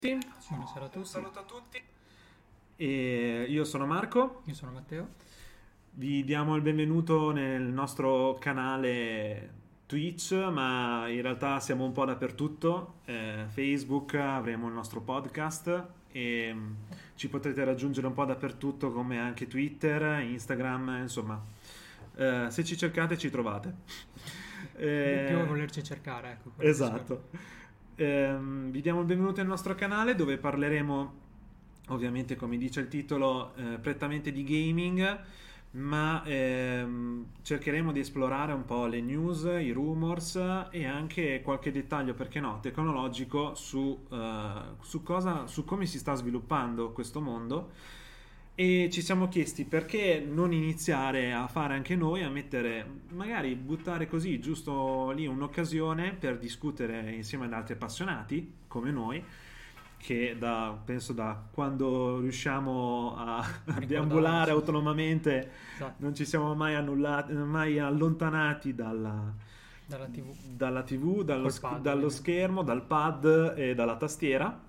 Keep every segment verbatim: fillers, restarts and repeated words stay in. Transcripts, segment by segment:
Sì, Buonasera a un tutti, saluto a tutti. E io sono Marco, io sono Matteo. vi diamo il benvenuto nel nostro canale Twitch, ma in realtà siamo un po' dappertutto. Eh, Facebook, avremo il nostro podcast e mm, ci potrete raggiungere un po' dappertutto come anche Twitter, Instagram, insomma. Eh, se ci cercate ci trovate. Più, più a Eh, volerci cercare, ecco, quello che scorre. esatto. Ehm, vi diamo il benvenuto nel nostro canale dove parleremo, ovviamente come dice il titolo, eh, prettamente di gaming, ma ehm, cercheremo di esplorare un po' le news, i rumors e anche qualche dettaglio, perché no, tecnologico su, eh, su cosa, su come si sta sviluppando questo mondo. E ci siamo chiesti perché non iniziare a fare anche noi, a mettere, magari buttare così giusto lì un'occasione per discutere insieme ad altri appassionati come noi, che da, penso da quando riusciamo a, a deambulare Ricordarci, sì. autonomamente Esatto, non ci siamo mai, annullati, mai allontanati dalla, dalla T V, dalla T V, dallo, col sch- pad dallo ovviamente. schermo, dal pad e dalla tastiera.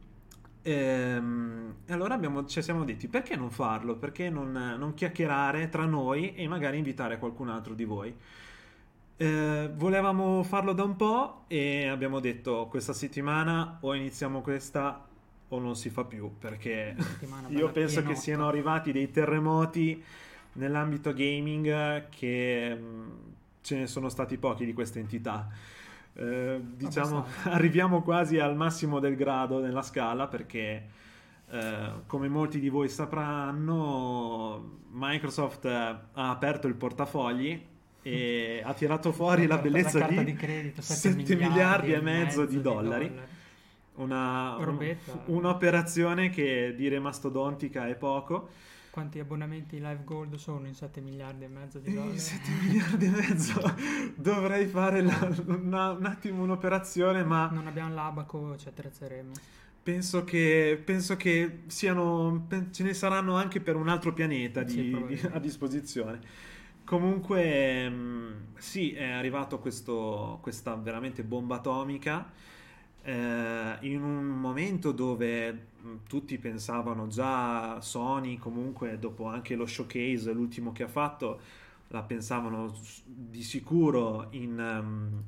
Ehm, E allora abbiamo, ci siamo detti perché non farlo? Perché non, non chiacchierare tra noi e magari invitare qualcun altro di voi? Eh, volevamo farlo da un po' e abbiamo detto questa settimana o iniziamo questa o non si fa più perché Una settimana io bella penso che siano pienotta, arrivati dei terremoti nell'ambito gaming che mh, ce ne sono stati pochi di questa entità. Eh, diciamo, abbastanza. arriviamo quasi al massimo del grado nella scala perché, eh, come molti di voi sapranno, Microsoft eh, ha aperto il portafogli e ha tirato La fuori la carta, la bellezza carta di di credito, sette sette miliardi miliardi e e mezzo di mezzo di dollari. dollari. Una, un- Robetta. un'operazione che dire mastodontica è poco. Quanti abbonamenti Live Gold sono in sette miliardi e mezzo di E dollari? sette miliardi e mezzo dovrei fare la- una- un attimo un'operazione, ma Non abbiamo l'abaco, ci attrezzeremo. penso che, penso che siano, pe- ce ne saranno anche per un altro pianeta Sì, di- di- a probabilmente. disposizione. Comunque, mh, sì, è arrivato questo, questa veramente bomba atomica eh, in un momento dove mh, tutti pensavano già Sony, comunque dopo anche lo showcase, l'ultimo che ha fatto, la pensavano s- di sicuro in, ehm,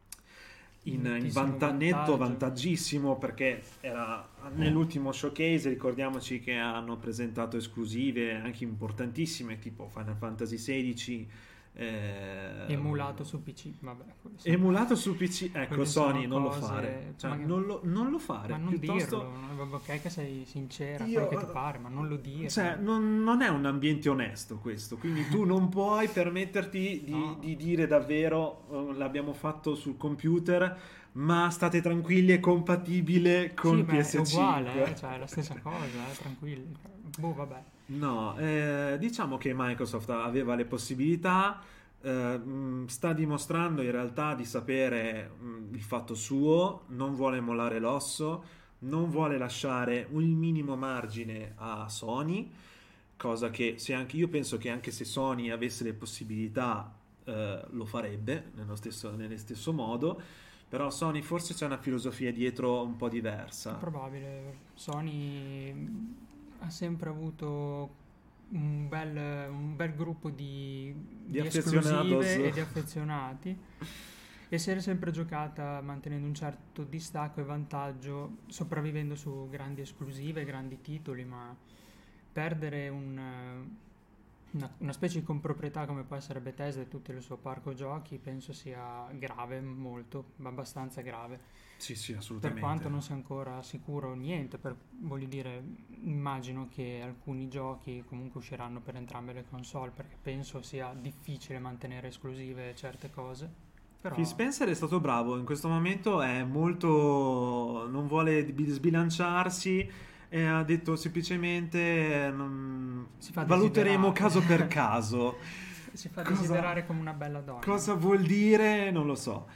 In in, in nettissimo vanta- netto vantaggio. vantaggissimo perché era nell'ultimo showcase, ricordiamoci che hanno presentato esclusive anche importantissime tipo Final Fantasy sedici, Emulato ehm, su P C, vabbè, quelli sono, emulato su P C. Ecco, quelli Sony, sono non lo fare, cose, cioè ma, non lo, non lo ma fare, non dirlo, piuttosto no? Ok che sei sincera, quello che ti io, pare, ma non lo cioè, dirlo. non, non è un ambiente onesto questo, quindi tu non puoi permetterti di, No, di dire davvero "Oh, l'abbiamo fatto sul computer, ma state tranquilli, è compatibile sì, con ma è uguale, eh, P S cinque." cioè è la stessa cosa, eh, tranquilli. Boh, vabbè. No, eh, diciamo che Microsoft aveva le possibilità, eh, mh, sta dimostrando in realtà di sapere mh, il fatto suo, non vuole mollare l'osso, non vuole lasciare un minimo margine a Sony, cosa che se anche io penso che anche se Sony avesse le possibilità eh, lo farebbe nello stesso, nello stesso modo, però Sony forse c'è una filosofia dietro un po' diversa. Probabile. Sony ha sempre avuto un bel, un bel gruppo di, Di di affezionados. esclusive e di affezionati e si è sempre giocata mantenendo un certo distacco e vantaggio, sopravvivendo su grandi esclusive, grandi titoli, ma perdere un, eh, una, una specie di comproprietà come può essere Bethesda e tutto il suo parco giochi penso sia grave, molto, abbastanza grave. Sì, sì, Per quanto non assolutamente. sia ancora sicuro niente, per- voglio dire, immagino che alcuni giochi comunque usciranno per entrambe le console, perché penso sia difficile mantenere esclusive certe cose. Phil Però Spencer è stato bravo, in questo momento è molto... non vuole bi- sbilanciarsi e ha detto semplicemente eh, non- si fa valuteremo desiderare. caso per caso. Si fa Cosa, desiderare come una bella donna. cosa vuol dire? Non lo so.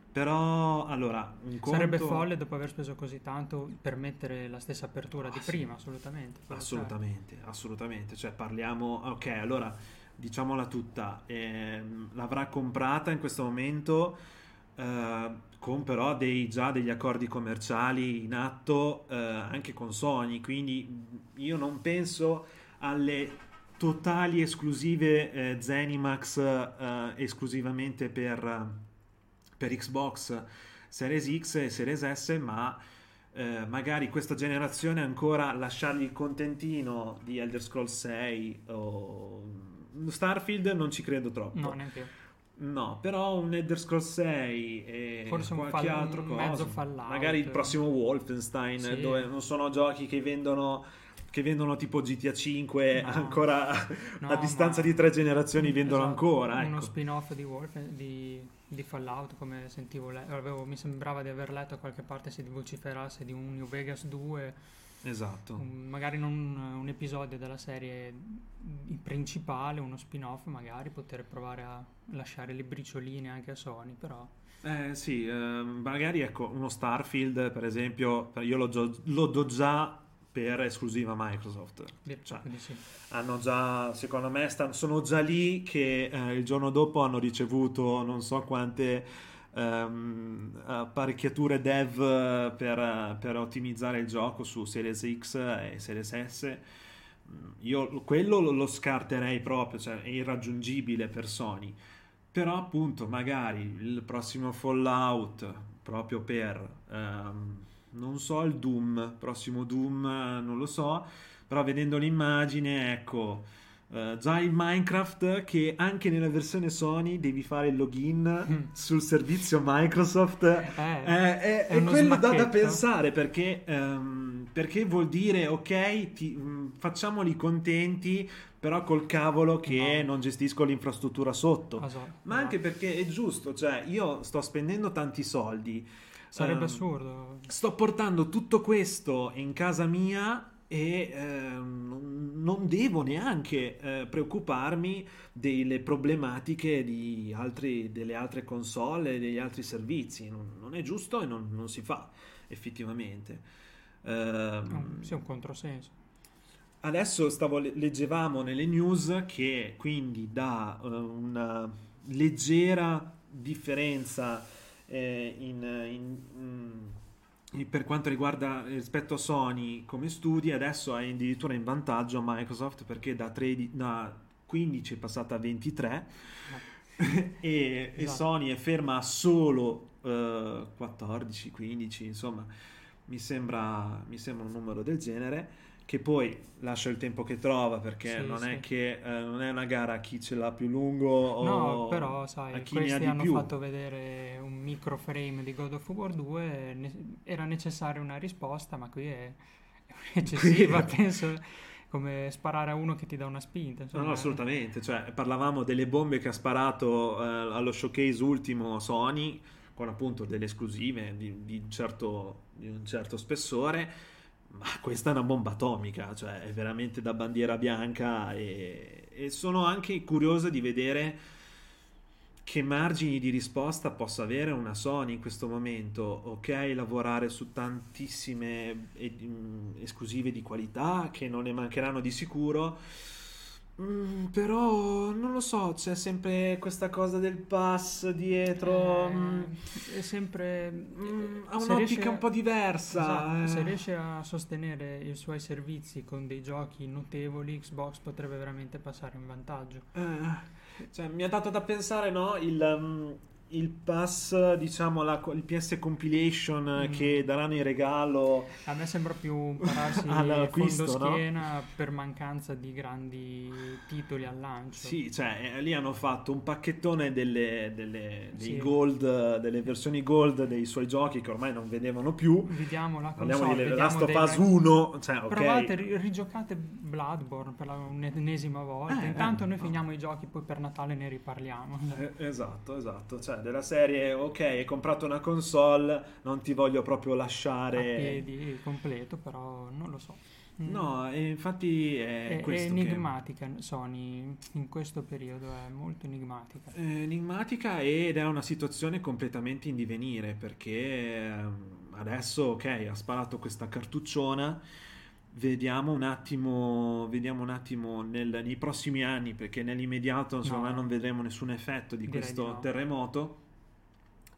Però, allora, un Sarebbe conto... folle dopo aver speso così tanto permettere la stessa apertura di Ah, sì. prima, assolutamente. Quello certo. Assolutamente, assolutamente. Cioè, parliamo. Ok, allora diciamola tutta. ehm, l'avrà comprata in questo momento eh, con però dei, già degli accordi commerciali in atto eh, anche con Sony, quindi io non penso alle totali esclusive eh, Zenimax eh, esclusivamente per, per Xbox Series X e Series S, ma eh, magari questa generazione ancora lasciargli il contentino di Elder Scrolls sei o Starfield non ci credo troppo. No, neanche io. No, però un Elder Scrolls sei e Forse un qualche fall- altro un cosa. mezzo Fallout. Magari il prossimo Wolfenstein, Sì. dove non sono giochi che vendono che vendono tipo G T A cinque No. ancora No, a distanza ma- di tre generazioni vendono Esatto, ancora, uno ecco. spin-off di, Wolf, di, di Fallout, come sentivo, le- avevo- mi sembrava di aver letto a qualche parte si vociferasse di un New Vegas due, Esatto. un- magari non un, un episodio della serie principale, uno spin-off, magari poter provare a lasciare le bricioline anche a Sony, però Eh sì, eh, magari ecco uno Starfield per esempio, io lo, gio- lo do già per esclusiva Microsoft. direi Cioè, di sì. hanno già, secondo me, stanno- sono già lì che eh, il giorno dopo hanno ricevuto non so quante ehm, apparecchiature dev eh, per, eh, per ottimizzare il gioco su Series X e Series S. Mm, Io quello lo, lo scarterei proprio, cioè è irraggiungibile per Sony. Però appunto magari il prossimo Fallout proprio per ehm, non so il Doom, prossimo Doom eh, non lo so, però vedendo l'immagine ecco eh, già il Minecraft che anche nella versione Sony devi fare il login sul servizio Microsoft Eh, è, è- è è uno quello da, da smacchetto. pensare perché, ehm, perché vuol dire ok ti- mh, facciamoli contenti però col cavolo che No. non gestisco l'infrastruttura sotto. Ah, so, Ma no. anche perché è giusto, cioè io sto spendendo tanti soldi, Sarebbe ehm, assurdo. sto portando tutto questo in casa mia e ehm, non non devo neanche eh, preoccuparmi delle problematiche di altri, delle altre console e degli altri servizi. Non, non è giusto e non, non si fa effettivamente. Ehm, Um, sì, un controsenso. Adesso stavo, leggevamo nelle news che quindi da eh, una leggera differenza eh, in, in- in- per quanto riguarda rispetto a Sony come studi, adesso è addirittura in vantaggio Microsoft perché da, tredici, da quindici è passata a ventitré e, e Esatto. Sony è ferma a solo eh, quattordici quindici, insomma mi sembra, mi sembra un numero del genere che poi lascia il tempo che trova perché Sì, non sì. è che eh, non è una gara a chi ce l'ha più lungo o No, però a sai, chi ne ha questi di hanno più. fatto vedere un microframe di God of War due, e ne- era necessaria una risposta, ma qui è, è eccessiva, Qui- penso, come sparare a uno che ti dà una spinta. No, Insomma, no, assolutamente, cioè parlavamo delle bombe che ha sparato eh, allo showcase ultimo Sony con appunto delle esclusive di, di un certo, di un certo spessore, ma questa è una bomba atomica, cioè è veramente da bandiera bianca e, e sono anche curioso di vedere che margini di risposta possa avere una Sony in questo momento. Ok, lavorare su tantissime eh, mm, esclusive di qualità che non ne mancheranno di sicuro. Mm, però non lo so, c'è sempre questa cosa del pass dietro. eh, mm, è sempre... mm, ha se un'ottica riesce- un po' diversa. Esatto, eh. se riesce a sostenere i suoi servizi con dei giochi notevoli, Xbox potrebbe veramente passare in vantaggio. Eh, cioè, mi ha dato da pensare, no? Il, um, il pass, diciamo, la, il P S Compilation Mm. che daranno in regalo. A me sembra più pararsi All'acquisto, fondo no? schiena per mancanza di grandi titoli al lancio. Sì, cioè, eh, lì hanno fatto un pacchettone delle, delle- dei Sì. gold, delle versioni gold dei suoi giochi che ormai non vedevano più. Vediamo la Parliamo console, di vediamo Last of dei Us rank- uno, cioè, ok. Provate, ri- rigiocate Bloodborne per la un'ennesima volta. Eh, Intanto eh, noi no. finiamo i giochi, poi per Natale ne riparliamo. Eh, esatto, esatto, cioè della serie, ok, hai comprato una console, non ti voglio proprio A lasciare. piedi completo, però non lo so. Mm. No, e infatti è, È, è questo che enigmatica Sony in questo periodo, è molto enigmatica. è enigmatica ed è una situazione completamente in divenire perché ehm, adesso, ok, ha sparato questa cartucciona, vediamo un attimo, vediamo un attimo nel- nei prossimi anni perché nell'immediato insomma No. non vedremo nessun effetto di Direi questo di no. terremoto.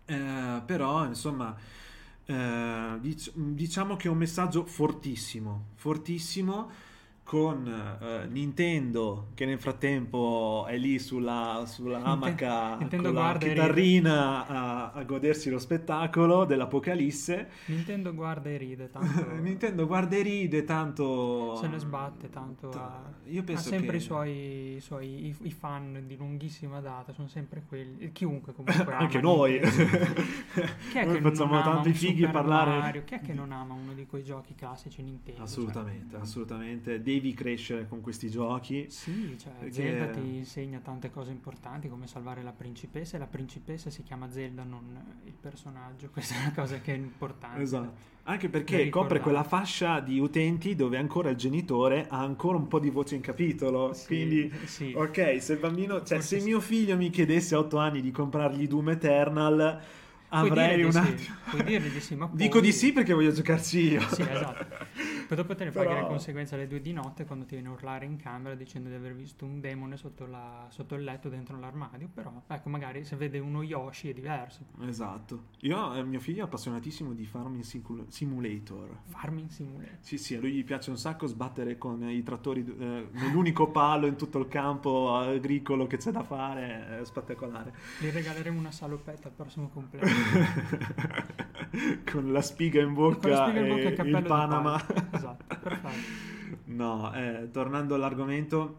Eh, però insomma eh, dic- diciamo che è un messaggio fortissimo, fortissimo con eh, Nintendo che nel frattempo è lì sulla, sulla Ninte- hamaca Nintendo con la guarda e ride. chitarrina a, a godersi lo spettacolo dell'Apocalisse. Nintendo guarda e ride, tanto Nintendo guarda e ride, tanto se ne sbatte, tanto ha, io ha penso sempre che i suoi, i suoi i, i fan di lunghissima data, sono sempre quelli, chiunque comunque ama anche noi Nintendo. Chi è noi che facciamo non ama tanti un fighi Super parlare Mario? Chi è che non ama uno di quei giochi classici Nintendo? assolutamente, Cioè, assolutamente devi crescere con questi giochi sì, cioè perché Zelda ti insegna tante cose importanti come salvare la principessa e la principessa si chiama Zelda, non il personaggio, questa è una cosa che è importante. esatto, anche da perché copre ricordare. quella fascia di utenti dove ancora il genitore ha ancora un po' di voce in capitolo, Sì, quindi sì. ok, se il bambino, cioè Forse se sì. mio figlio mi chiedesse a otto anni di comprargli Doom Eternal Puoi avrei dire un di sì, attimo puoi dirgli di sì, ma dico poi- di sì perché voglio giocarci io. Sì, esatto. Poi dopo te ne paghi Però- le conseguenze alle due di notte quando ti viene a urlare in camera dicendo di aver visto un demone sotto, la- sotto il letto dentro l'armadio. Però, ecco, magari se vede uno Yoshi è diverso. Esatto. Io, eh, mio figlio è appassionatissimo di Farming Simul- Simulator. Farming Simulator. Sì, sì, a lui gli piace un sacco sbattere con i trattori eh, nell'unico palo in tutto il campo agricolo che c'è da fare, è spettacolare. Gli regaleremo una salopetta al prossimo compleanno. Con la spiga in bocca, Con la spiga in bocca e e il cappello il di Panama. paglia. Esatto, perfetto. No, eh, tornando all'argomento,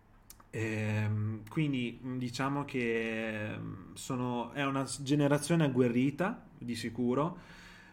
ehm, quindi mh, diciamo che ehm, sono, è una s- generazione agguerrita, di sicuro.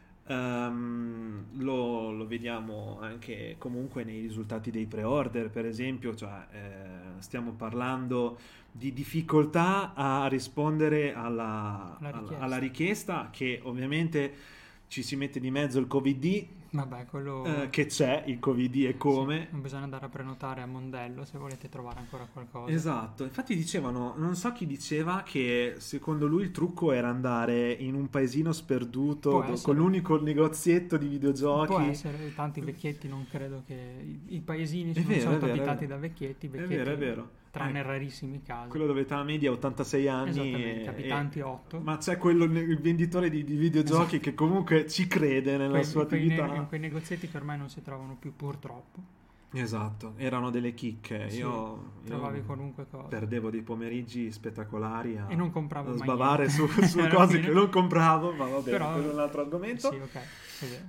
Ehm, lo, lo vediamo anche comunque nei risultati dei pre-order, per esempio, cioè, eh, stiamo parlando di difficoltà a rispondere alla, Alla alla- richiesta. alla richiesta, che ovviamente ci si mette di mezzo il Covid, Vabbè, quello... eh, che c'è il Covid e come. Sì, non bisogna andare a prenotare a Mondello se volete trovare ancora qualcosa. Esatto, infatti dicevano, non so chi diceva che secondo lui il trucco era andare in un paesino sperduto Può do- essere. con l'unico negozietto di videogiochi. Può essere, tanti vecchietti non credo che... I, i paesini È sono vero, è soltanto vero, è abitati vero. da vecchietti, È vecchietti vero, è vero. tranne Ecco, rarissimi casi. quello dove età media è ottantasei anni. Esattamente, e- abitanti e- otto. Ma c'è quello, il venditore di, di videogiochi Esatto. che comunque ci crede nella Quei, sua quei ne- attività. quei negozietti che ormai non si trovano più purtroppo. Esatto, erano delle chicche. Sì, Io, trovavi io qualunque cosa. perdevo dei pomeriggi spettacolari a, E non compravo a mai sbavare su, niente. su Alla cose fine. che non compravo, ma va bene, Però- quello è un altro argomento. Sì, ok, è vero.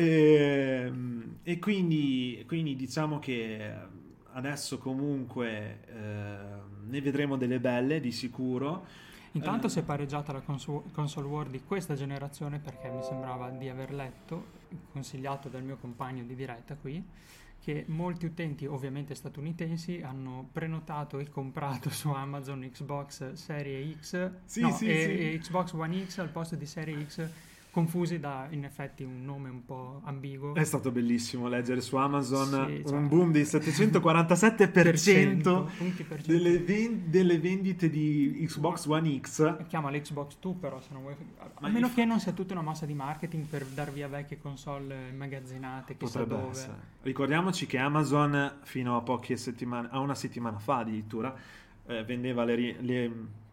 E, e quindi, quindi diciamo che adesso comunque eh, ne vedremo delle belle di sicuro. Intanto Eh, si è pareggiata la conso- console war di questa generazione perché mi sembrava di aver letto, consigliato dal mio compagno di diretta qui, che molti utenti, ovviamente statunitensi, hanno prenotato e comprato su Amazon Xbox Serie X Sì, no, sì, e, sì. e Xbox One X al posto di Serie X, confusi da in effetti un nome un po' ambiguo. È stato bellissimo leggere su Amazon Sì, cioè- un boom di settecentoquarantasette per cento punti percentuali. delle, ven- delle vendite di Xbox One X. Chiama l'Xbox due però se non vuoi, a Ma meno inf- che non sia tutta una massa di marketing per dar via vecchie console immagazzinate chissà Potrebbe dove. essere. Ricordiamoci che Amazon fino a poche settimane, a una settimana fa addirittura, eh, vendeva le, ri- le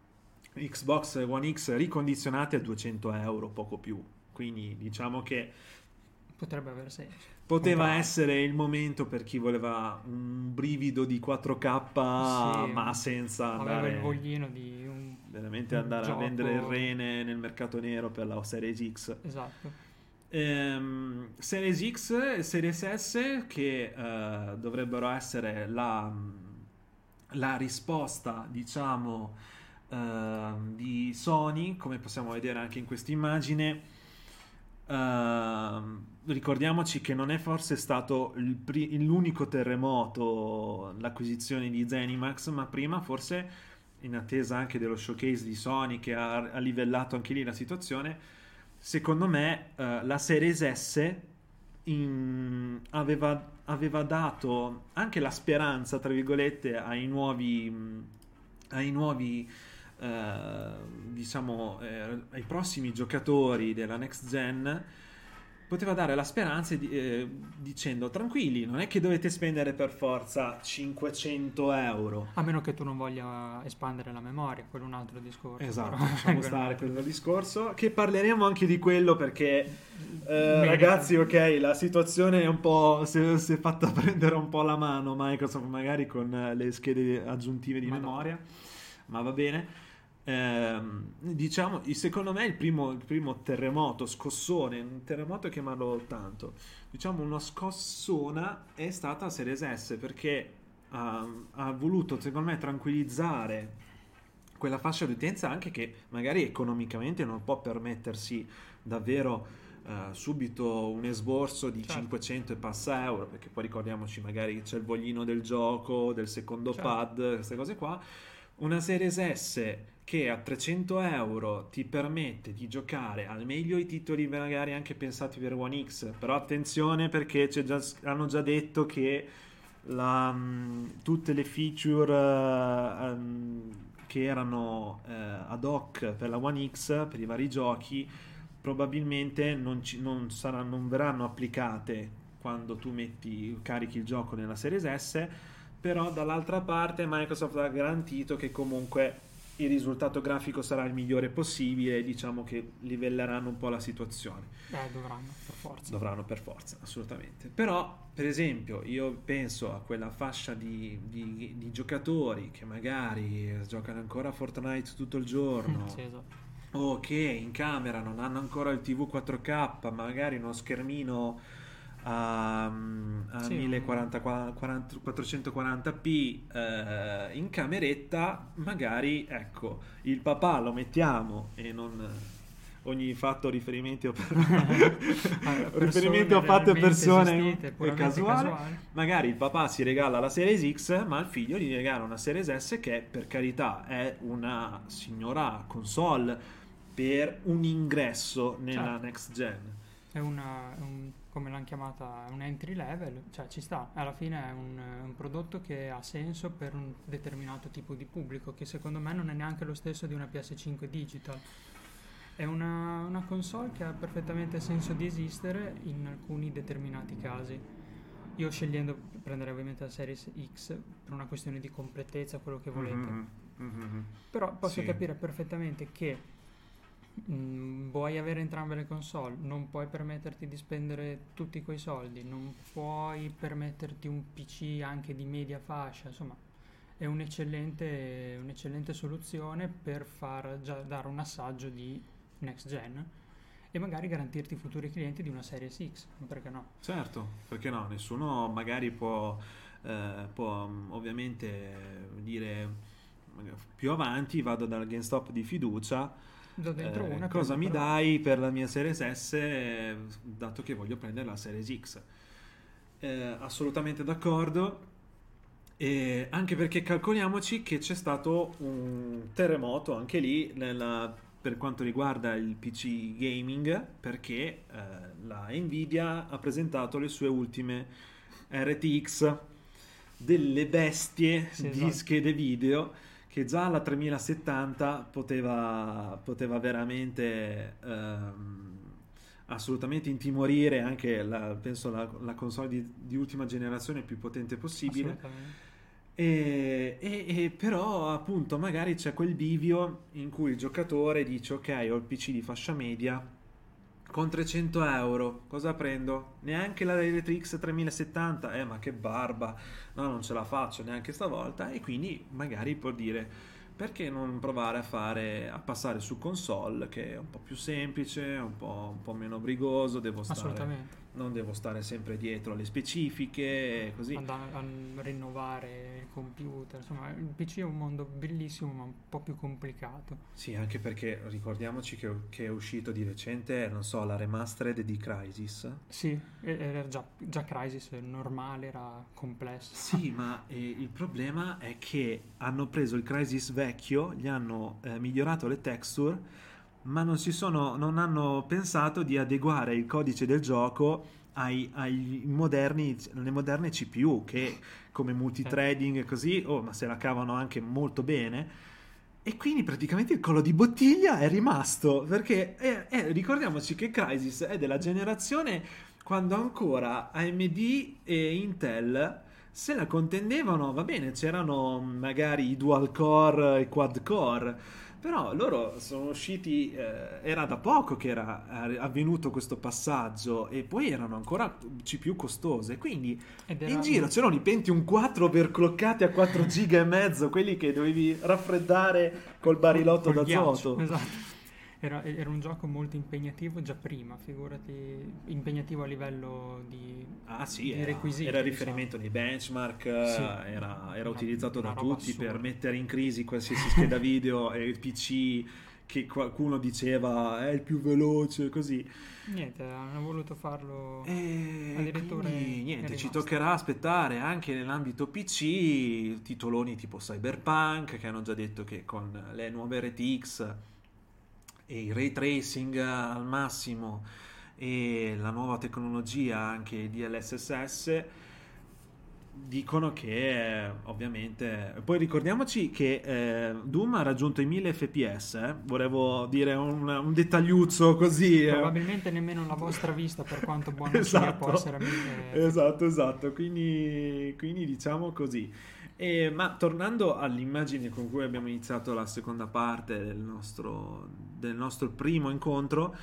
Xbox One X ricondizionate a duecento euro, poco più. Quindi diciamo che Potrebbe aver senso. poteva Comprare. essere il momento per chi voleva un brivido di quattro K, Sì, ma senza Aveva andare il voglino di un veramente un andare gioco- a vendere il rene nel mercato nero per la Series X. esatto. Ehm, Series X e Series S che eh, dovrebbero essere la, la risposta, diciamo, ehm, di Sony, come possiamo vedere anche in questa immagine. Ehm, ricordiamoci che non è forse stato il pri- l'unico terremoto l'acquisizione di Zenimax, ma prima forse, in attesa anche dello showcase di Sony che ha, ha livellato anche lì la situazione, secondo me eh, la Series S in- aveva, aveva dato anche la speranza, tra virgolette, ai nuovi, mh, ai nuovi eh, diciamo, eh, ai prossimi giocatori della next gen, poteva dare la speranza di, eh, dicendo tranquilli, non è che dovete spendere per forza cinquecento euro. A meno che tu non voglia espandere la memoria, quello è un altro discorso. Esatto, però. lasciamo stare quello discorso, che parleremo anche di quello perché eh, ragazzi, ok, la situazione è un po', si è, si è fatta prendere un po' la mano Microsoft magari con le schede aggiuntive di ma memoria, ma va bene. Eh, diciamo, secondo me il primo, il primo terremoto, scossone, un terremoto è chiamarlo tanto, diciamo una scossona è stata Series S, perché ha, ha voluto secondo me tranquillizzare quella fascia di utenza anche che magari economicamente non può permettersi davvero uh, subito un esborso di certo. cinquecento e passa euro, perché poi ricordiamoci magari c'è il voglino del gioco, del secondo certo. pad, queste cose qua. Una Series S che a trecento euro ti permette di giocare al meglio i titoli magari anche pensati per One X, però attenzione perché c'è già, hanno già detto che la, um, tutte le feature uh, um, che erano uh, ad hoc per la One X, per i vari giochi, probabilmente non, ci, non, saranno, non verranno applicate quando tu metti, carichi il gioco nella Series S. Però dall'altra parte Microsoft ha garantito che comunque il risultato grafico sarà il migliore possibile, diciamo che livelleranno un po' la situazione. Eh, dovranno per forza. Dovranno per forza, assolutamente. Però, per esempio, io penso a quella fascia di, di, di giocatori che magari giocano ancora a Fortnite tutto il giorno, sì, esatto. o che in camera non hanno ancora il tivù quattro K, magari uno schermino a, a sì, millequattrocentoquaranta p eh, in cameretta, magari ecco il papà lo mettiamo e non ogni fatto riferimenti o per... riferimenti ho fatto a persone casuali. casuali Magari il papà si regala la Series X ma il figlio gli regala una Series S che per carità è una signora console per un ingresso nella certo. next gen. È una un, come l'hanno chiamata, un entry level, cioè ci sta, alla fine è un, un prodotto che ha senso per un determinato tipo di pubblico, che secondo me non è neanche lo stesso di una P S cinque digital. È una, una console che ha perfettamente senso di esistere in alcuni determinati casi. Io scegliendo prenderei ovviamente la Series X per una questione di completezza, quello che volete. Mm-hmm. Mm-hmm. Però posso sì. capire perfettamente che Mm, vuoi avere entrambe le console, non puoi permetterti di spendere tutti quei soldi, non puoi permetterti un P C anche di media fascia, insomma è un'eccellente, un'eccellente soluzione per far già dare un assaggio di next gen e magari garantirti futuri clienti di una Series X, perché no? Certo, perché no, nessuno magari può, eh, può ovviamente dire più avanti vado dal GameStop di fiducia. Do dentro Eh, una cosa mi però. dai per la mia Series S, eh, dato che voglio prendere la Series X? Eh, assolutamente d'accordo, e anche perché calcoliamoci che c'è stato un terremoto anche lì nella, per quanto riguarda il P C gaming, perché eh, la Nvidia ha presentato le sue ultime R T X, delle bestie sì, di esatto. schede video che già la tremilasettanta poteva, poteva veramente ehm, assolutamente intimorire anche la, penso la, la console di, di ultima generazione più potente possibile. E, e, e però appunto magari c'è quel bivio in cui il giocatore dice ok, ho il P C di fascia media con trecento euro, cosa prendo? Neanche la R T X tremilasettanta, eh ma che barba, no, non ce la faccio neanche stavolta, e quindi magari può dire perché non provare a fare a passare su console, che è un po' più semplice, un po', un po' meno brigoso, devo stare, non devo stare sempre dietro alle specifiche, così andare a rinnovare il computer, insomma il P C è un mondo bellissimo ma un po' più complicato. Sì, anche perché ricordiamoci che, che è uscito di recente, non so, la remastered di Crysis. Sì, era già, già Crysis normale, era complesso. Sì, ma eh, il problema è che hanno preso il Crysis vecchio, gli hanno eh, migliorato le texture, ma non si sono, non hanno pensato di adeguare il codice del gioco ai, ai moderni, alle moderne C P U che come multithreading e così, oh, ma se la cavano anche molto bene. E quindi praticamente il collo di bottiglia è rimasto, perché è- è- ricordiamoci che Crysis è della generazione quando ancora A M D e Intel se la contendevano, va bene, c'erano magari i dual core e i quad core, però loro sono usciti, eh, era da poco che era eh, avvenuto questo passaggio e poi erano ancora C P U costose, quindi Ed in era giro c'erano i Pentium quattro overclockati a quattro giga e mezzo, quelli che dovevi raffreddare col barilotto col ghiaccio, d'azoto. esatto. Era, era un gioco molto impegnativo già prima, figurati, impegnativo a livello di, Ah sì, di era, requisiti. era diciamo. riferimento nei benchmark, Sì, eh, era, era una- utilizzato una da roba tutti per assurda. mettere in crisi qualsiasi scheda video e il P C che qualcuno diceva è il più veloce, così. Niente, hanno voluto farlo E addirittura quindi è- è niente, ci rimasto. toccherà aspettare anche nell'ambito P C titoloni tipo Cyberpunk che hanno già detto che con le nuove R T X e il ray tracing al massimo e la nuova tecnologia anche D L S S dicono che eh, ovviamente poi ricordiamoci che eh, Doom ha raggiunto i mille F P S, eh. Volevo dire un, un dettagliuzzo così, eh. Probabilmente nemmeno la vostra vista, per quanto buona sia, può Esatto, essere a mille. esatto, esatto, quindi, quindi diciamo così. E, ma tornando all'immagine con cui abbiamo iniziato la seconda parte del nostro, del nostro primo incontro,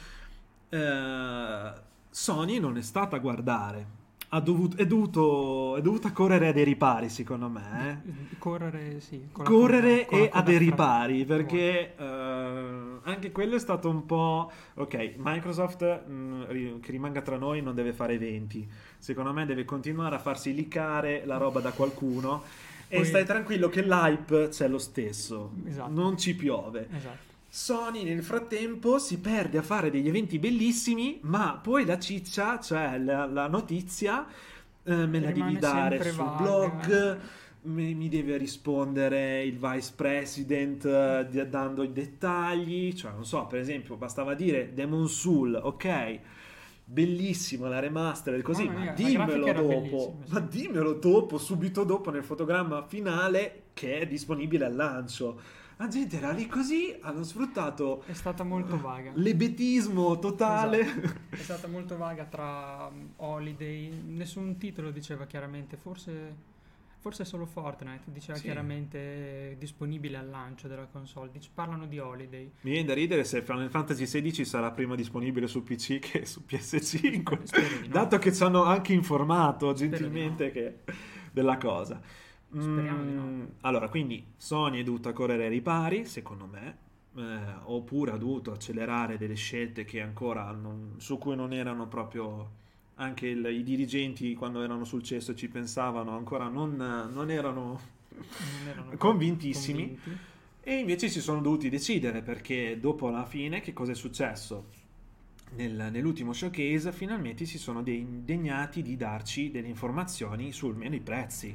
eh, Sony non è stata a guardare, ha dovuto, è, dovuto, è dovuta correre a dei ripari, secondo me. eh. Correre, sì. Con la Correre coda- con la e a coda dei fra- ripari, vuoi. perché eh, anche quello è stato un po'. Ok, Microsoft, mh, ri- che rimanga tra noi, non deve fare eventi. Secondo me deve continuare a farsi licare la roba da qualcuno. E Poi- stai tranquillo che l'hype c'è lo stesso, Esatto. non ci piove. Esatto. Sony nel frattempo si perde a fare degli eventi bellissimi, ma poi la ciccia, cioè la, la notizia, eh, me la Rimane devi dare sempre sul vaga. blog, mi, mi deve rispondere il vice president eh, di- dando i dettagli, cioè non so, per esempio bastava dire Demon Soul, ok, bellissima la remaster e così, Mamma mia, ma la dimmelo grafica era dopo, bellissima, sì. ma dimmelo dopo, subito dopo nel fotogramma finale che è disponibile al lancio. La gente era lì così, hanno sfruttato È stata molto vaga. l'ebetismo totale. Esatto. È stata molto vaga tra um, Holiday, nessun titolo diceva chiaramente, forse, forse solo Fortnite diceva Sì. chiaramente eh, disponibile al lancio della console. Dic- parlano di Holiday. Mi viene da ridere se Final Fantasy sedici sarà prima disponibile su P C che su P S cinque, Spero di no. dato che ci hanno anche informato Spero gentilmente che, della cosa. Speriamo di no. Mm, Allora, quindi Sony è dovuta correre ai ripari, secondo me, eh, oppure ha dovuto accelerare delle scelte che ancora non- su cui non erano proprio anche il- i dirigenti quando erano sul cesso ci pensavano, ancora non, non erano Non erano convintissimi. convinti. E invece si sono dovuti decidere perché dopo la fine che cosa è successo? Nel- nell'ultimo showcase finalmente si sono de- degnati di darci delle informazioni su almeno i prezzi.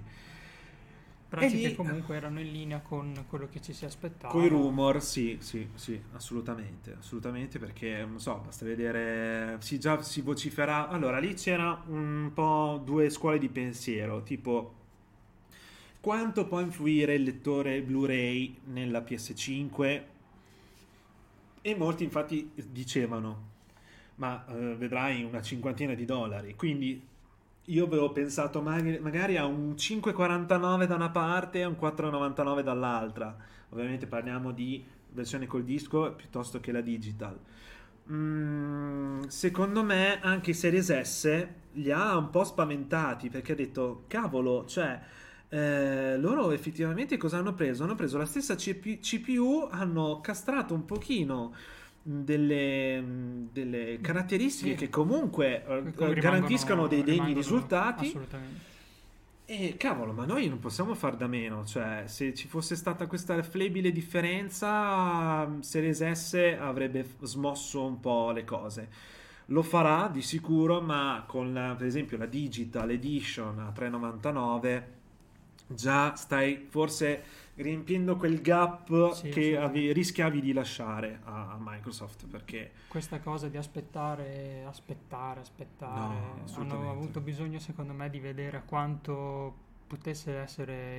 Prezzi E lì- che comunque erano in linea con quello che ci si aspettava. Con i rumor, sì, sì, sì, assolutamente, assolutamente perché, non so, basta vedere, si già si vocifera, allora lì c'era un po' due scuole di pensiero, tipo quanto può influire il lettore Blu-ray nella P S cinque e molti infatti dicevano, ma eh, vedrai una cinquantina di dollari, quindi io avevo pensato mag- magari a un cinque virgola quarantanove da una parte e un quattro virgola novantanove dall'altra. Ovviamente parliamo di versione col disco piuttosto che la digital. Mm, secondo me anche Series S li ha un po' spaventati perché ha detto cavolo, cioè eh, loro effettivamente cosa hanno preso? Hanno preso la stessa C P- C P U, hanno castrato un pochino delle, delle caratteristiche Sì. che comunque eh, Che come garantiscano rimangono- dei degni rimangono- risultati. Assolutamente. E cavolo, ma noi non possiamo far da meno, cioè se ci fosse stata questa flebile differenza, Series S avrebbe f- smosso un po' le cose. Lo farà di sicuro, ma con la- per esempio la Digital Edition a tre virgola novantanove già stai forse riempiendo quel gap Sì, che sì. ave- rischiavi di lasciare a, a Microsoft perché Questa cosa di aspettare, aspettare, aspettare, No, hanno assolutamente. avuto bisogno secondo me di vedere quanto potesse essere il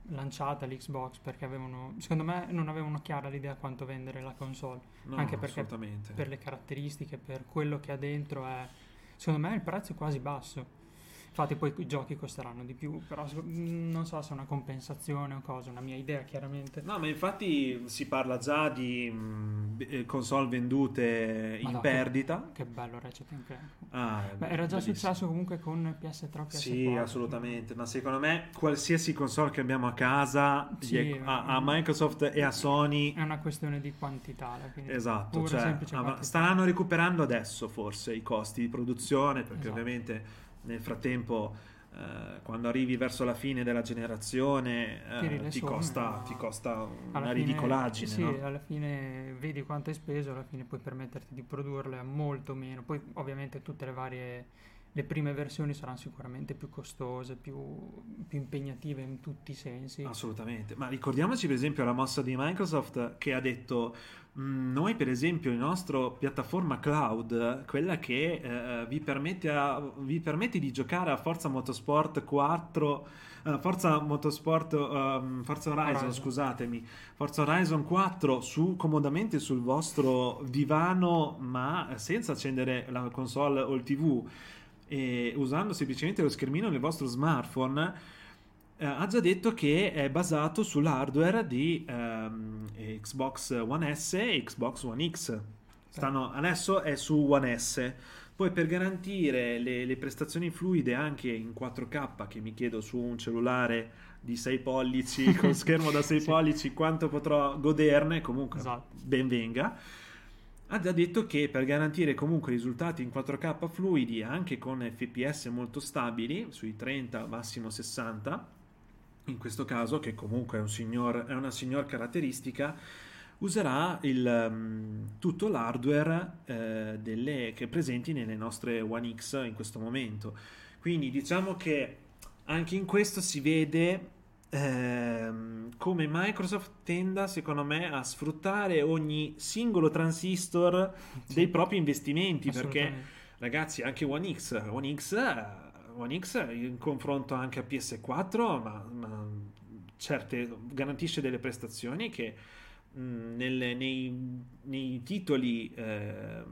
lanciata l'Xbox perché avevano, secondo me non avevano chiara l'idea quanto vendere la console, No, anche perché assolutamente. per le caratteristiche, per quello che ha dentro è, secondo me il prezzo è quasi basso. Infatti poi i giochi costeranno di più, però seco- non so se è una compensazione o cosa, una mia idea chiaramente. No, ma infatti si parla già di mh, eh, console vendute in Madò, che, perdita. che bello Ratchet and Clank. Ah, Beh, era già bellissimo. successo comunque con P S tre o P S quattro. Sì, assolutamente, ma secondo me qualsiasi console che abbiamo a casa, Sì, gli è- a, a mm, Microsoft e a Sony, è una questione di quantità alla fine. esatto, Pura, cioè, semplice av- quantità. staranno recuperando adesso forse i costi di produzione, perché Esatto. ovviamente nel frattempo, eh, quando arrivi verso la fine della generazione, eh, Tiri le ti, somme, costa, ma ti costa alla una fine- ridicolaggine, sì, no? alla fine vedi quanto hai speso, alla fine puoi permetterti di produrle a molto meno. Poi ovviamente tutte le varie, le prime versioni saranno sicuramente più costose, più, più impegnative in tutti i sensi. Assolutamente, ma ricordiamoci per esempio la mossa di Microsoft che ha detto: "Mm, noi per esempio la nostra piattaforma cloud, quella che eh, vi permette, a- vi permette di giocare a Forza Motorsport quattro, eh, Forza Motorsport, ehm, Forza Horizon, Horizon. scusatemi, Forza Horizon quattro su, comodamente sul vostro divano, ma senza accendere la console o il tivù e usando semplicemente lo schermino del vostro smartphone, eh, ha già detto che è basato sull'hardware di ehm, Xbox One S e Xbox One X. Stanno, adesso è su One S. Poi per garantire le, le prestazioni fluide anche in quattro K, che mi chiedo su un cellulare di sei pollici, con schermo da sei Sì. pollici, quanto potrò goderne, comunque Esatto. ben venga. Ha già detto che per garantire comunque risultati in quattro K fluidi anche con F P S molto stabili, sui trenta, massimo sessanta, in questo caso, che comunque è, un signor, è una signor caratteristica, userà il, um, tutto l'hardware eh, delle, che è presenti nelle nostre One X in questo momento. Quindi diciamo che anche in questo si vede ehm, come Microsoft tenda, secondo me, a sfruttare ogni singolo transistor Sì. dei propri investimenti, perché Assolutamente. ragazzi, anche One X, One X, eh, One X in confronto anche a P S quattro, ma, ma certe garantisce delle prestazioni che mh, nelle- nei, nei titoli eh,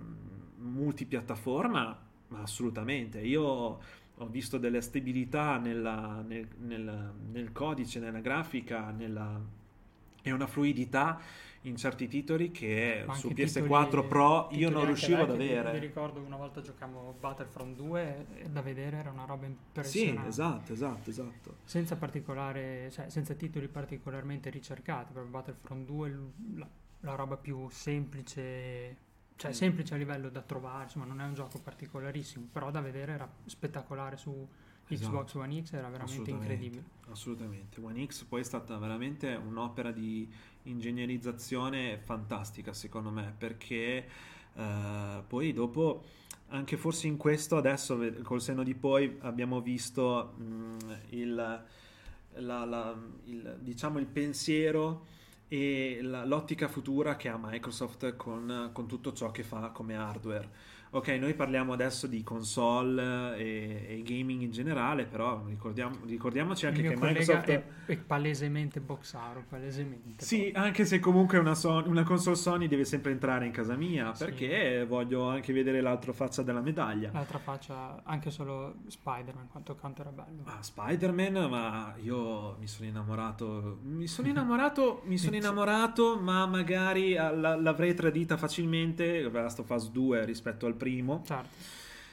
multipiattaforma, ma assolutamente. Io ho visto delle stabilità nella- nel, nel- nel codice, nella grafica, nella, e una fluidità in certi titoli che Ma su anche P S quattro titoli- Pro io titoli non anche riuscivo ad vecchi. Mi avere. ricordo una volta giocavo Battlefront due e da vedere era una roba Sì, impressionante. esatto, esatto, esatto. Senza particolare, cioè senza titoli particolarmente ricercati, proprio Battlefront due l- la, la roba più semplice, cioè Mm. semplice a livello da trovare, insomma non è un gioco particolarissimo, però da vedere era spettacolare su Xbox Esatto. One X, era veramente Assolutamente, incredibile. assolutamente. One X poi è stata veramente un'opera di ingegnerizzazione fantastica, secondo me, perché eh, poi dopo, anche forse in questo, adesso ve- col senno di poi, abbiamo visto mh, il, la- la- il- diciamo il pensiero e la- l'ottica futura che ha Microsoft con, con tutto ciò che fa come hardware. Ok, noi parliamo adesso di console e, e gaming in generale, però ricordiamo- ricordiamoci Il anche mio che collega Microsoft... è, è palesemente boxaro, palesemente. Sì, anche se comunque una, Son- una console Sony deve sempre entrare in casa mia, Sì. perché voglio anche vedere l'altra faccia della medaglia. L'altra faccia, anche solo Spider-Man, quanto canto era bello. Ah, Spider-Man, ma io mi sono innamorato, mi sono innamorato, mi sono innamorato, ma magari ah, la- l'avrei tradita facilmente, The Last of Us due rispetto al primo. Certo.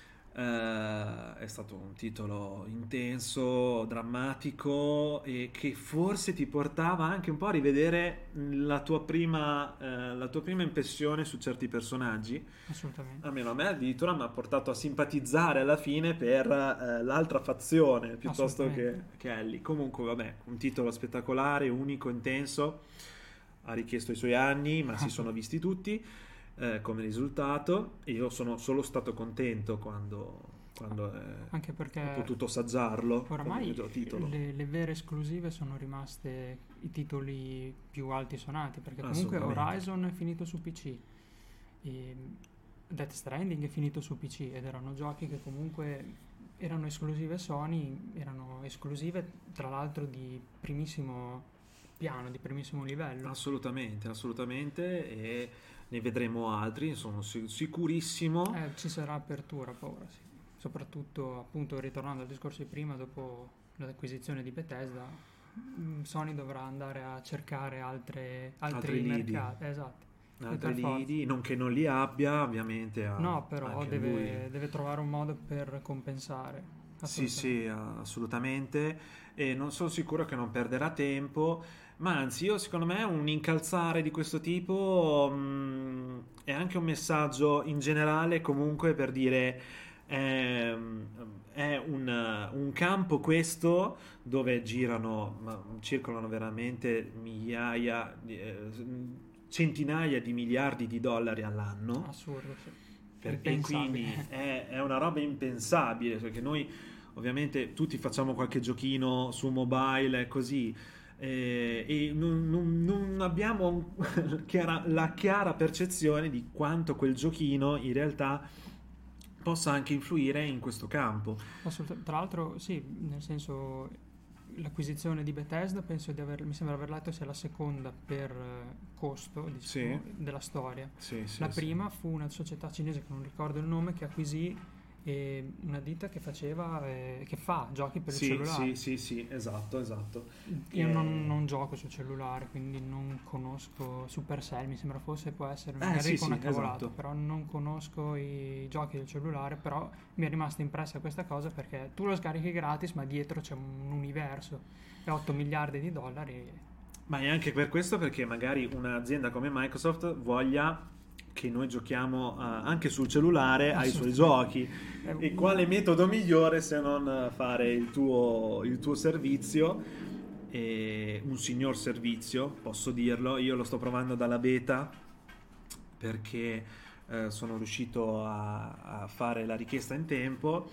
Eh, è stato un titolo intenso, drammatico e che forse ti portava anche un po' a rivedere la tua prima, eh, la tua prima impressione su certi personaggi. Assolutamente. Almeno a me addirittura mi ha portato a simpatizzare alla fine per eh, l'altra fazione piuttosto che, Assolutamente. che Ellie. Comunque, vabbè, un titolo spettacolare, unico, intenso. Ha richiesto i suoi anni, ma si sono visti tutti eh, come risultato. E io sono solo stato contento quando, quando eh, Anche perché ho potuto assaggiarlo oramai come titolo. le, le vere esclusive sono rimaste i titoli più alti suonati, perché comunque Assolutamente. Horizon è finito su P C, e Death Stranding è finito su P C ed erano giochi che comunque erano esclusive Sony, erano esclusive tra l'altro di primissimo piano, di primissimo livello. Assolutamente, assolutamente, e ne vedremo altri, sono sic- sicurissimo. Eh, ci sarà apertura, paura, sì. Soprattutto, appunto, ritornando al discorso di prima, dopo l'acquisizione di Bethesda, mh, Sony dovrà andare a cercare altre, altri Altri lidi. mercati. Esatto. E Altri per forza. lidi, non che non li abbia, ovviamente. ha- No, però anche deve, lui. deve trovare un modo per compensare. Sì, Assolutamente. sì, assolutamente, e non sono sicuro che non perderà tempo, ma anzi, io secondo me un incalzare di questo tipo mh, è anche un messaggio in generale comunque per dire ehm, è un, un campo questo dove girano, ma circolano veramente migliaia, di- eh, centinaia di miliardi di dollari all'anno. Assurdo, sì. Per- e quindi Impensabile. è, è una roba impensabile, perché noi ovviamente tutti facciamo qualche giochino su mobile e così, eh, e non, non- non abbiamo un- chiara- la chiara percezione di quanto quel giochino in realtà possa anche influire in questo campo. Assoluta- Tra l'altro, sì, nel senso, l'acquisizione di Bethesda penso di aver, mi sembra aver letto sia la seconda per eh, costo, diciamo, Sì, della storia. sì, sì, La sì. prima fu una società cinese che non ricordo il nome che acquisì eh, una ditta che faceva, eh, che fa giochi per il Sì, cellulare. sì, sì, sì, esatto, esatto. Io non, Che- non gioco sul cellulare, quindi non conosco Supercell, mi sembra fosse, può essere, Eh, magari sì, dico sì, una cavolata, esatto. però non conosco i giochi del cellulare, però mi è rimasta impressa questa cosa perché tu lo scarichi gratis, ma dietro c'è un universo e otto miliardi di dollari. Ma è anche per questo perché magari un'azienda come Microsoft voglia che noi giochiamo eh, anche sul cellulare ai suoi giochi. È E un- quale metodo migliore se non fare il tuo, il tuo servizio? E un signor servizio, posso dirlo. Io lo sto provando dalla beta perché eh, sono riuscito a, a fare la richiesta in tempo.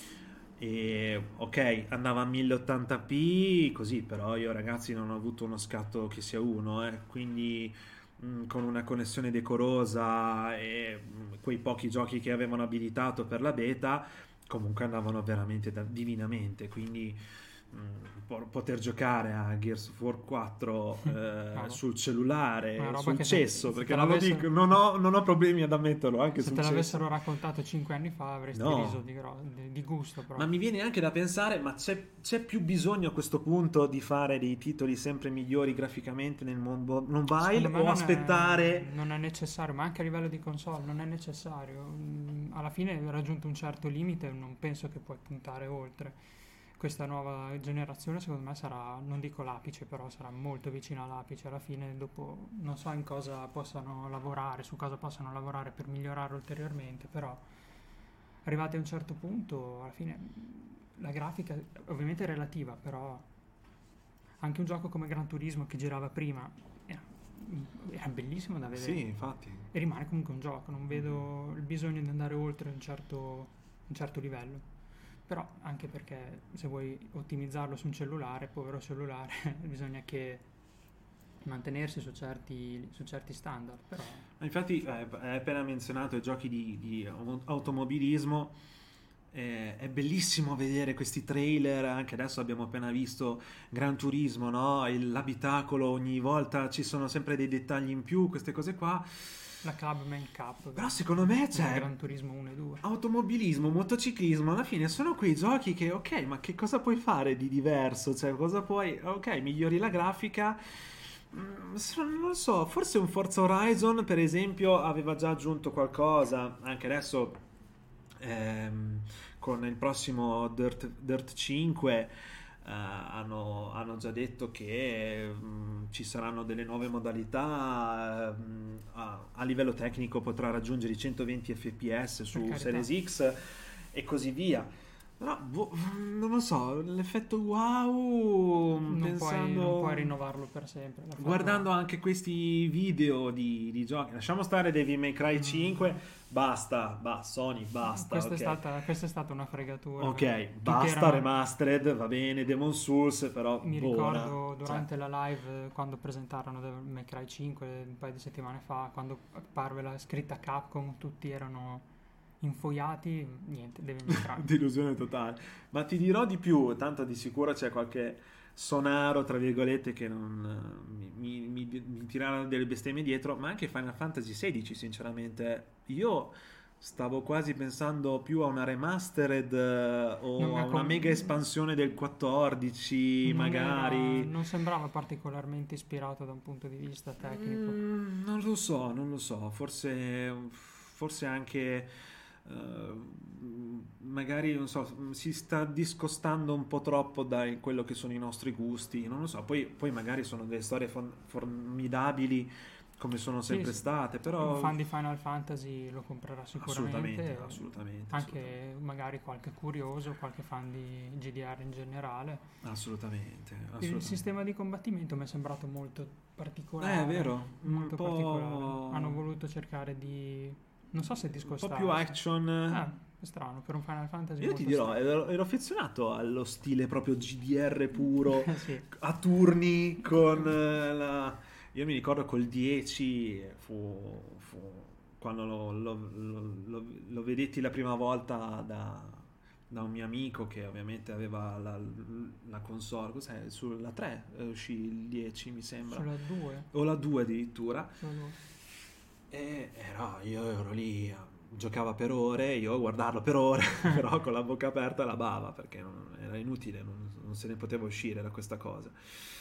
E ok, andava a mille ottanta p così, però io ragazzi non ho avuto uno scatto che sia uno, eh, quindi mh, con una connessione decorosa e mh, quei pochi giochi che avevano abilitato per la beta comunque andavano veramente da- divinamente, quindi mh, po- poter giocare a Gears of War quattro eh, no, sul una cellulare, roba sul che se, cesso, se perché te non lo l'avessero, dico, non ho, non ho problemi ad ammetterlo anche se sul te cesso. l'avessero raccontato cinque anni fa avresti No. riso di, gro- di- di gusto Ma proprio. mi viene anche da pensare, ma c'è, c'è più bisogno a questo punto di fare dei titoli sempre migliori graficamente nel mondo mobile Secondo me o non aspettare? è, non è necessario, ma anche a livello di console non è necessario. Mm, Alla fine, raggiunto un certo limite, non penso che puoi puntare oltre. Questa nuova generazione, secondo me, sarà, non dico l'apice, però sarà molto vicina all'apice. Alla fine, dopo, non so in cosa possano lavorare, su cosa possano lavorare per migliorare ulteriormente, però arrivati a un certo punto, alla fine, la grafica ovviamente è relativa, però anche un gioco come Gran Turismo che girava prima era, era bellissimo da vedere. Sì, infatti. E rimane comunque un gioco, non vedo il bisogno di andare oltre un certo, un certo livello. Però anche perché se vuoi ottimizzarlo su un cellulare, povero cellulare, bisogna che mantenersi su certi, su certi standard. Però Ma infatti eh, hai appena menzionato i giochi di, di automobilismo. Eh, è bellissimo vedere questi trailer, anche adesso abbiamo appena visto Gran Turismo, no? Il- l'abitacolo, ogni volta ci sono sempre dei dettagli in più, queste cose qua. la Clubman Cup, Però secondo me il c'è Gran Turismo uno e due. automobilismo, motociclismo, alla fine sono quei giochi che, ok, ma che cosa puoi fare di diverso? Cioè, cosa puoi... Ok, migliori la grafica. Mm, so- non lo so, forse un Forza Horizon, per esempio, aveva già aggiunto qualcosa. Anche adesso, ehm, con il prossimo Dirt, Dirt cinque, eh, hanno, hanno già detto che mm, ci saranno delle nuove modalità. mm, a, a livello tecnico potrà raggiungere i centoventi F P S Per su carità. Series X e così via. Però, boh, non lo so, l'effetto wow, Non puoi, pensando... non puoi rinnovarlo per sempre. l'ha fatto- Guardando anche questi video di, di giochi, lasciamo stare Devil May Cry cinque, basta, ba, Sony, basta, questa, ok. è stata, questa è stata una fregatura. Ok, Tutti basta erano- remastered, va bene, Demon Souls, però Mi buona. ricordo durante Cioè, la live eh, quando presentarono Devil May Cry cinque un paio di settimane fa, quando apparve la scritta Capcom, tutti erano infoiati, niente, deve mostrare. Delusione totale. Ma ti dirò di più, tanto di sicuro c'è qualche sonaro, tra virgolette, che non mi, mi, mi, mi tirano delle bestemmie dietro, ma anche Final Fantasy sedici, sinceramente. Io stavo quasi pensando più a una remastered eh, o Non mi a ha una con- mega espansione del quattordici, Non era- magari. non sembrava particolarmente ispirato da un punto di vista tecnico. Mm, non lo so, non lo so, forse, forse anche eh, magari non so, si sta discostando un po' troppo da quello che sono i nostri gusti, non lo so, poi, poi magari sono delle storie fon- formidabili come sono Sì, sempre sì. state, Un però fan di Final Fantasy lo comprerà sicuramente. assolutamente, assolutamente, Anche magari qualche curioso, qualche fan di G D R in generale. assolutamente, Il assolutamente. sistema di combattimento mi è sembrato molto particolare. Eh, è vero, un Molto po'- particolare. Hanno voluto cercare di... non so se un po' discostarsi. più action. Eh, è strano, per un Final Fantasy Io ti molto dirò, strano. ero, ero affezionato allo stile proprio G D R puro, Sì. a turni, con eh, la... Io mi ricordo col dieci, fu, fu quando lo, lo- lo- lo- lo vedetti la prima volta da, da un mio amico che ovviamente aveva la, la console, cos'è? Sulla tre eh, uscì il dieci, mi sembra, Sulla due. o la due addirittura. Sulla due. E era, io ero lì, giocava per ore, io a guardarlo per ore, però con la bocca aperta e la bava, perché non- era inutile, non, non se ne poteva uscire da questa cosa.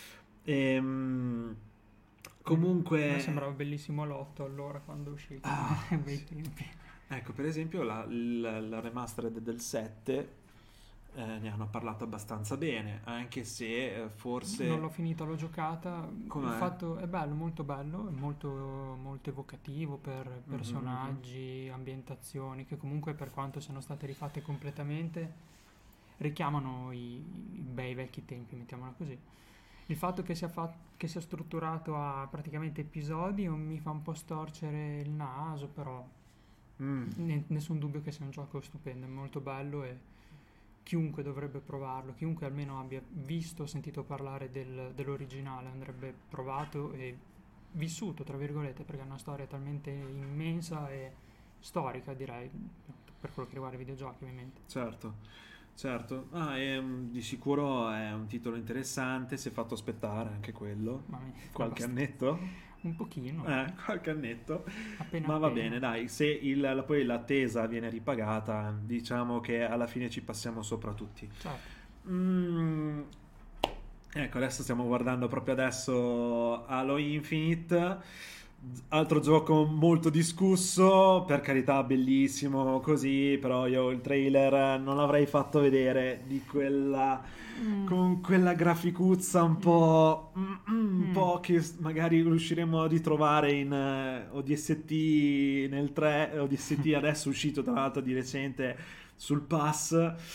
Ehm, A me comunque, sembrava bellissimo l'otto allora quando è uscito. Ah, Ai bei sì. tempi. ecco, per esempio la, la, la remastered del sette eh, ne hanno parlato abbastanza bene, anche se eh, forse... Non l'ho finita, l'ho giocata. Com'è? Il fatto è bello, molto bello, è molto, molto evocativo per personaggi, ambientazioni, che comunque per quanto siano state rifatte completamente, richiamano i, i bei vecchi tempi, mettiamola così. Il fatto che sia, fat- che sia strutturato a praticamente episodi mi fa un po' storcere il naso, però Mm. ne- nessun dubbio che sia un gioco stupendo, è molto bello e chiunque dovrebbe provarlo, chiunque almeno abbia visto o sentito parlare del- dell'originale andrebbe provato e vissuto, tra virgolette, perché è una storia talmente immensa e storica, direi, per quello che riguarda i videogiochi, ovviamente. Certo, certo. Ah, è un- di sicuro è un titolo interessante, si è fatto aspettare anche quello. Ma mi- Qualche basta. annetto? Un pochino, Eh, qualche annetto. appena Ma va appena. bene, dai, se il- la- poi l'attesa viene ripagata, diciamo che alla fine ci passiamo sopra tutti. Certo. Mm, ecco, adesso stiamo guardando proprio adesso Halo Infinite, altro gioco molto discusso, per carità bellissimo così, però io il trailer non l'avrei fatto vedere di quella Mm. con quella graficuzza un po', mm, mm, un Mm. po' che s- magari riusciremo a ritrovare in eh, O D S T nel tre, O D S T adesso uscito tra l'altro di recente sul pass.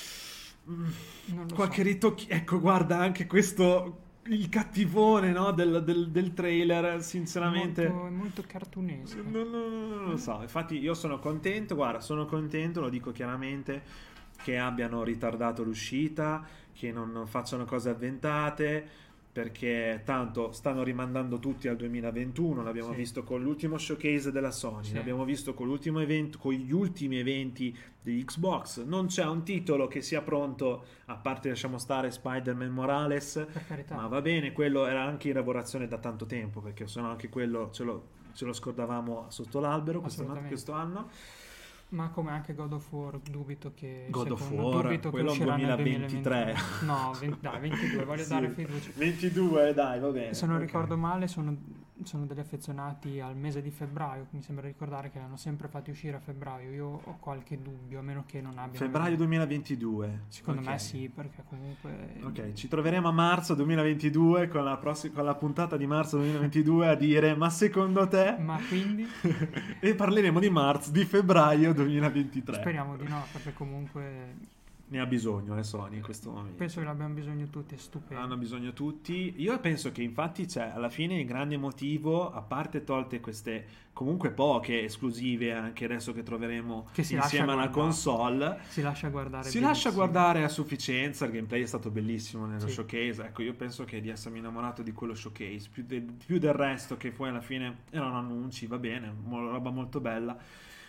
Mm, Non lo qualche so. ritocchi, ecco, guarda anche questo, il cattivone, no, del, del- del trailer, sinceramente. È molto, è molto cartunesco. Non, non- non- non lo so, infatti io sono contento, guarda, sono contento, lo dico chiaramente, che abbiano ritardato l'uscita, che non facciano cose avventate, perché tanto stanno rimandando tutti al duemilaventuno, l'abbiamo Sì. visto con l'ultimo showcase della Sony, Sì. l'abbiamo visto con l'ultimo evento, con gli ultimi eventi degli Xbox, non c'è un titolo che sia pronto, a parte lasciamo stare Spider-Man Morales, Per carità. ma va bene, quello era anche in lavorazione da tanto tempo, perché se no anche quello ce lo, ce lo scordavamo sotto l'albero questo, Assolutamente. questo anno. Ma come anche God of War, dubito che God of secondo- War, dubito che quello uscirà nel duemilaventitré. duemilaventitré. No, venti dai, ventidue, voglio Sì. dare fiducia. ventidue, dai, va bene. Se non ok. ricordo male, sono, sono degli affezionati al mese di febbraio. Mi sembra ricordare che l'hanno sempre fatti uscire a febbraio. Io ho qualche dubbio, a meno che non abbiano. Febbraio duemilaventidue. Secondo Ok. me sì, perché comunque. Ok, ci troveremo a marzo duemilaventidue con la, prossima, con la puntata di marzo duemilaventidue a dire ma secondo te? Ma quindi E parleremo di marzo, di febbraio duemilaventitré. speriamo di no, perché comunque Ne ha bisogno eh, Sony in questo momento. penso che l'abbiamo bisogno tutti, è stupendo. Hanno bisogno tutti. Io penso che infatti c'è alla fine il grande motivo, a parte tolte queste comunque poche esclusive, anche adesso che troveremo Che si insieme lascia alla guardare. console, Si lascia guardare si lascia benissimo. guardare a sufficienza. Il gameplay è stato bellissimo nello Sì. showcase. Ecco, io penso che di essermi innamorato di quello showcase più, de- più del resto, che poi alla fine erano annunci, va bene, mo- roba molto bella.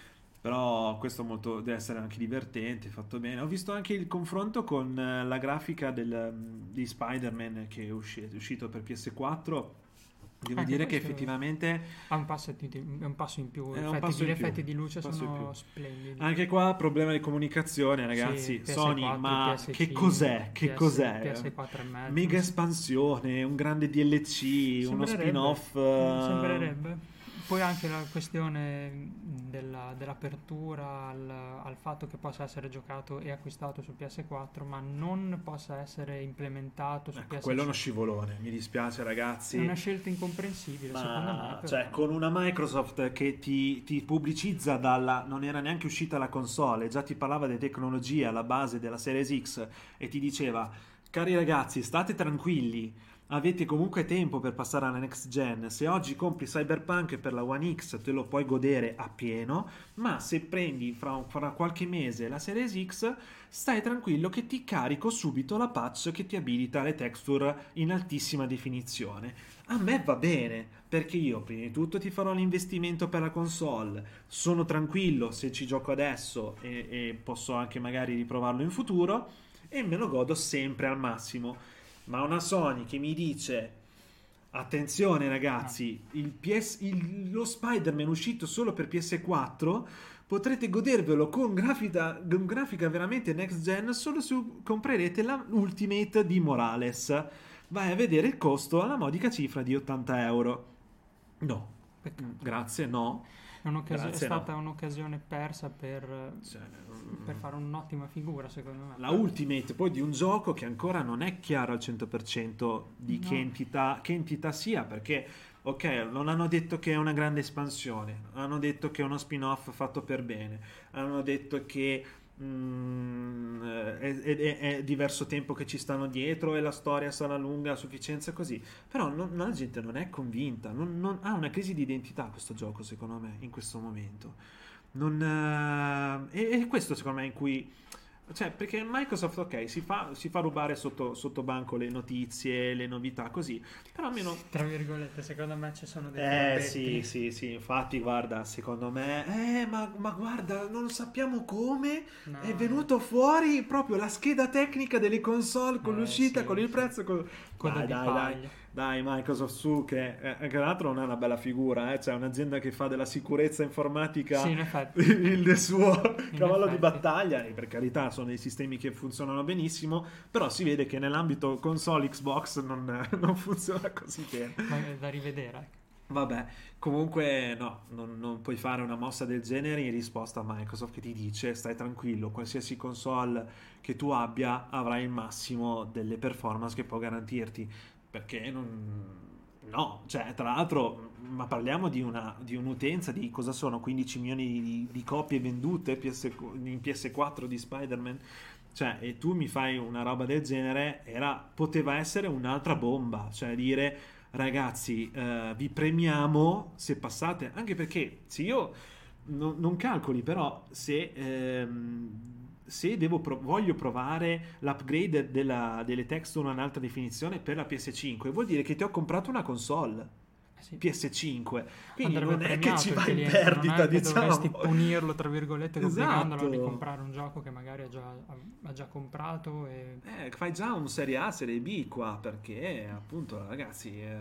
Però questo molto, deve essere anche divertente, fatto bene. Ho visto anche il confronto con eh, la grafica del, di Spider-Man che è usci- è uscito per P S quattro. Devo Anche dire che questo effettivamente ha un passo, di- è un passo in più, è un effetti- passo gli in più, effetti di luce un passo in sono più. splendidi. Anche qua problema di comunicazione, ragazzi. Sì, Sony, P S quattro, ma P S cinque, che cos'è? Che P S cos'è? P S quattro e mezzo. Mega espansione, un grande D L C, uno Sembrerebbe, spin-off. eh, sembrerebbe. Poi anche la questione della- dell'apertura al, al fatto che possa essere giocato e acquistato su P S quattro, ma non possa essere implementato su Ecco, P S cinque. quello è uno scivolone, mi dispiace ragazzi. È una scelta incomprensibile, Ma, secondo me. Però. cioè, con una Microsoft che ti, ti pubblicizza dalla... non era neanche uscita la console, già ti parlava di tecnologia alla base della Series X e ti diceva, cari ragazzi, state tranquilli, avete comunque tempo per passare alla next gen. Se oggi compri Cyberpunk per la One X te lo puoi godere appieno, ma se prendi fra, fra qualche mese la Series X, stai tranquillo che ti carico subito la patch che ti abilita le texture in altissima definizione. A me va bene, perché io prima di tutto ti farò l'investimento per la console, sono tranquillo se ci gioco adesso e, e posso anche magari riprovarlo in futuro e me lo godo sempre al massimo. Ma una Sony che mi dice attenzione ragazzi, il P S, il- lo Spider-Man uscito solo per P S quattro potrete godervelo con grafica, con grafica veramente next gen solo se comprerete la Ultimate di Morales. Vai a vedere il costo alla modica cifra di ottanta euro. No, Peccato. grazie, no. È, un'occasi- è Grazie, stata no. un'occasione persa per, Cioè, per fare un'ottima figura, secondo me. la Ultimate poi di un gioco che ancora non è chiaro al cento per cento di No. che entità, che entità sia, perché ok, non hanno detto che è una grande espansione, hanno detto che è uno spin-off fatto per bene, hanno detto che mm, è, è- è diverso tempo che ci stanno dietro e la storia sarà lunga a sufficienza così, però non- la gente non è convinta, non- non- ha una crisi di identità questo gioco secondo me in questo momento. Non, eh, e, e questo secondo me in cui, cioè, perché Microsoft ok si fa, si fa rubare sotto, sotto banco le notizie, le novità così, però almeno Tra virgolette, secondo me ci sono dei eh furbetti. sì, sì, sì, infatti guarda, secondo me, eh ma, ma guarda, non sappiamo come No. è venuto fuori proprio la scheda tecnica delle console con Eh, l'uscita, sì, con il sì. prezzo, con... Coda Dai, di dai, paglia. dai, dai Microsoft su, che eh, che tra l'altro non è una bella figura, eh, cioè un'azienda che fa della sicurezza informatica Sì, in effetti. il suo cavallo di effetti. battaglia, e per carità sono dei sistemi che funzionano benissimo, però si vede che nell'ambito console Xbox non, non funziona così bene. Ma è da rivedere. ecco. Vabbè, comunque no, non, non puoi fare una mossa del genere in risposta a Microsoft che ti dice stai tranquillo, qualsiasi console che tu abbia avrà il massimo delle performance che può garantirti, perché non... No, cioè tra l'altro, ma parliamo di, una, di un'utenza di cosa sono quindici milioni di, di copie vendute P S, in P S quattro di Spider-Man, cioè e tu mi fai una roba del genere, era, poteva essere un'altra bomba, cioè dire ragazzi, eh, vi premiamo se passate, anche perché se io no- non calcoli, però se, ehm, se devo pro- voglio provare l'upgrade della- delle texture a un'alta definizione per la P S cinque, vuol dire che ti ho comprato una console Eh sì. P S cinque, quindi Andrebbe non è che premiato ci il va in cliente, non perdita, è che diciamo. dovresti punirlo, tra virgolette, obbligandolo a Esatto. ricomprare un gioco che magari ha già, ha già comprato e... Eh, fai già un Serie A, Serie B qua, perché appunto ragazzi eh,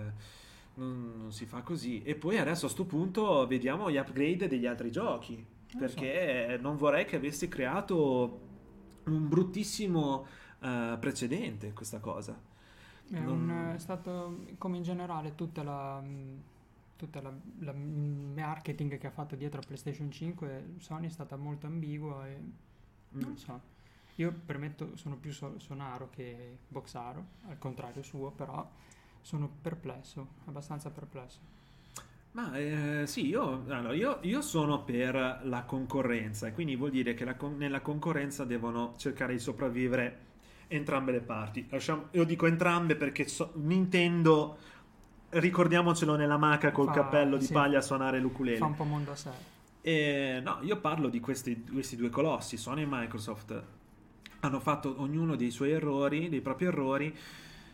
non, non si fa così. E poi adesso a sto punto vediamo gli upgrade degli altri giochi, so. perché non vorrei che avessi creato un bruttissimo eh, precedente questa cosa. È, Non- un- è stato, come in generale, tutta la, tutta la, la marketing che ha fatto dietro a PlayStation cinque, Sony è stata molto ambigua e non Mm. so. Io permetto, sono più so- sonaro che boxaro, al contrario suo, però sono perplesso, abbastanza perplesso. Ma eh, sì, io, allora, io, io sono per la concorrenza, e quindi vuol dire che la con- nella concorrenza devono cercare di sopravvivere entrambe le parti. Lasciamo- io dico entrambe perché so- Nintendo, ricordiamocelo nella maca col Fa- cappello di sì. paglia a suonare l'ukulele. Fa un po' mondo a sé. E, no, io parlo di questi, questi due colossi, Sony e Microsoft. Hanno fatto ognuno dei suoi errori, dei propri errori.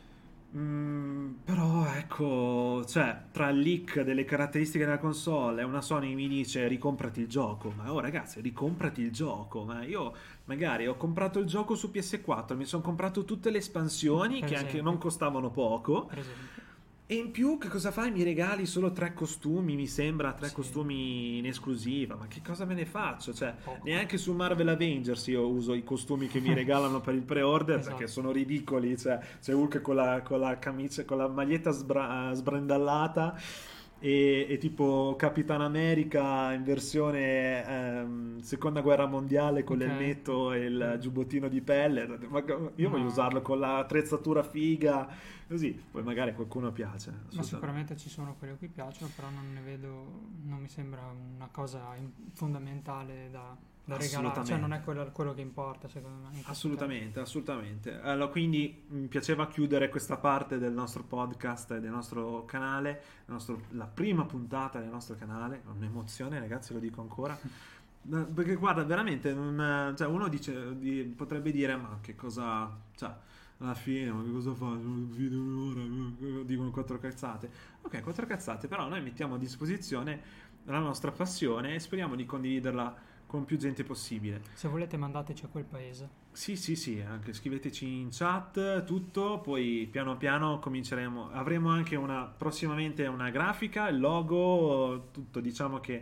Mm, però ecco, cioè, tra il leak delle caratteristiche della console e una Sony mi dice ricomprati il gioco, ma oh ragazzi, ricomprati il gioco, ma io magari ho comprato il gioco su P S quattro, mi sono comprato tutte le espansioni Per che anche non esempio, costavano poco per esempio. e in più che cosa fai? Mi regali solo tre costumi, mi sembra tre Sì, costumi in esclusiva, ma che cosa me ne faccio? Cioè, poco. neanche su Marvel Avengers io uso i costumi che mi regalano per il pre-order perché Esatto. sono ridicoli, cioè c'è Hulk con la, con la camicia, con la maglietta sbra- sbrandallata e, e tipo Capitan America in versione ehm, seconda guerra mondiale con Ok. l'elmetto e il Mm. giubbottino di pelle. Ma io voglio Ma, usarlo con l'attrezzatura figa, così poi magari a qualcuno piace, ma assolutamente. sicuramente ci sono quelli a cui piacciono, però non ne vedo, non mi sembra una cosa in- fondamentale da, da regalare. Cioè non è Assolutamente. quello, quello che importa, secondo me, in questo caso. Assolutamente, assolutamente. Allora, quindi mi piaceva chiudere questa parte del nostro podcast e del nostro canale, il nostro- la prima puntata del nostro canale, è un'emozione, ragazzi, lo dico ancora. No, perché guarda, veramente, non- cioè, uno dice, di- potrebbe dire, ma che cosa, cioè, alla fine, ma che cosa fa? Un video di un'ora, dicono quattro cazzate. Ok, quattro cazzate, però noi mettiamo a disposizione la nostra passione e speriamo di condividerla con più gente possibile. Se volete mandateci a quel paese. Sì, sì, sì, anche scriveteci in chat tutto, poi piano piano cominceremo. Avremo anche una, prossimamente una grafica, il logo, tutto. Diciamo che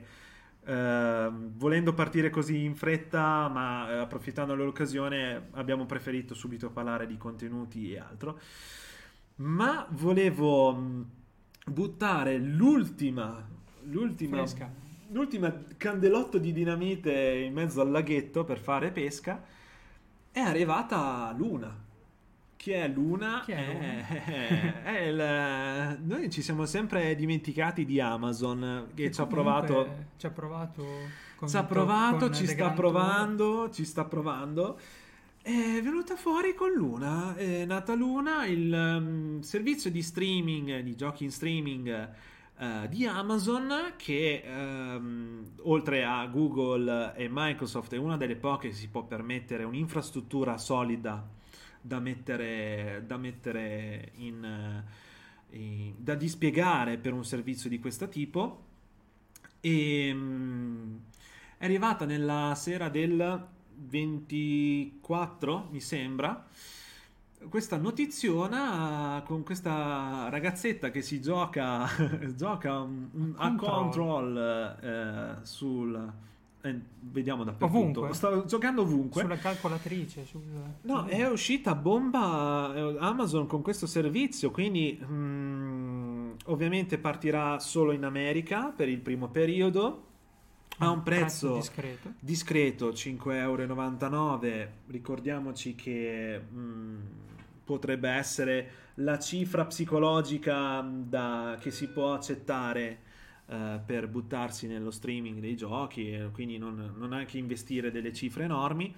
eh, volendo partire così in fretta, ma eh, approfittando dell'occasione, abbiamo preferito subito parlare di contenuti e altro. Ma volevo mh, buttare l'ultima, l'ultima, Fresca. l'ultima candelotto di dinamite in mezzo al laghetto per fare pesca. È arrivata Luna. Chi è Luna? Chi è Luna? È, è il- Noi ci siamo sempre dimenticati di Amazon che Che ci ha provato. comunque ci ha provato Ci ha convinto provato, con ci The sta Grand Tour. provando, ci sta provando. È venuta fuori con Luna, è nata Luna, il ehm, servizio di streaming, di giochi in streaming eh, di Amazon che ehm, oltre a Google e Microsoft è una delle poche che si può permettere un'infrastruttura solida da mettere, da mettere in, eh, in- da dispiegare per un servizio di questo tipo e mm, è arrivata nella sera del ventiquattro, mi sembra, questa notiziona con questa ragazzetta che si gioca, gioca un- un- a Control. Control eh, sul... eh, vediamo dappertutto. Ovunque. Sta giocando ovunque. Sulla calcolatrice. Sul... No, è uscita a bomba eh, Amazon con questo servizio, quindi mm, ovviamente partirà solo in America per il primo periodo. Ha un prezzo discreto. discreto, cinque e novantanove euro. Ricordiamoci che mm, potrebbe essere la cifra psicologica da- che si può accettare eh, per buttarsi nello streaming dei giochi, e quindi non, non anche investire delle cifre enormi.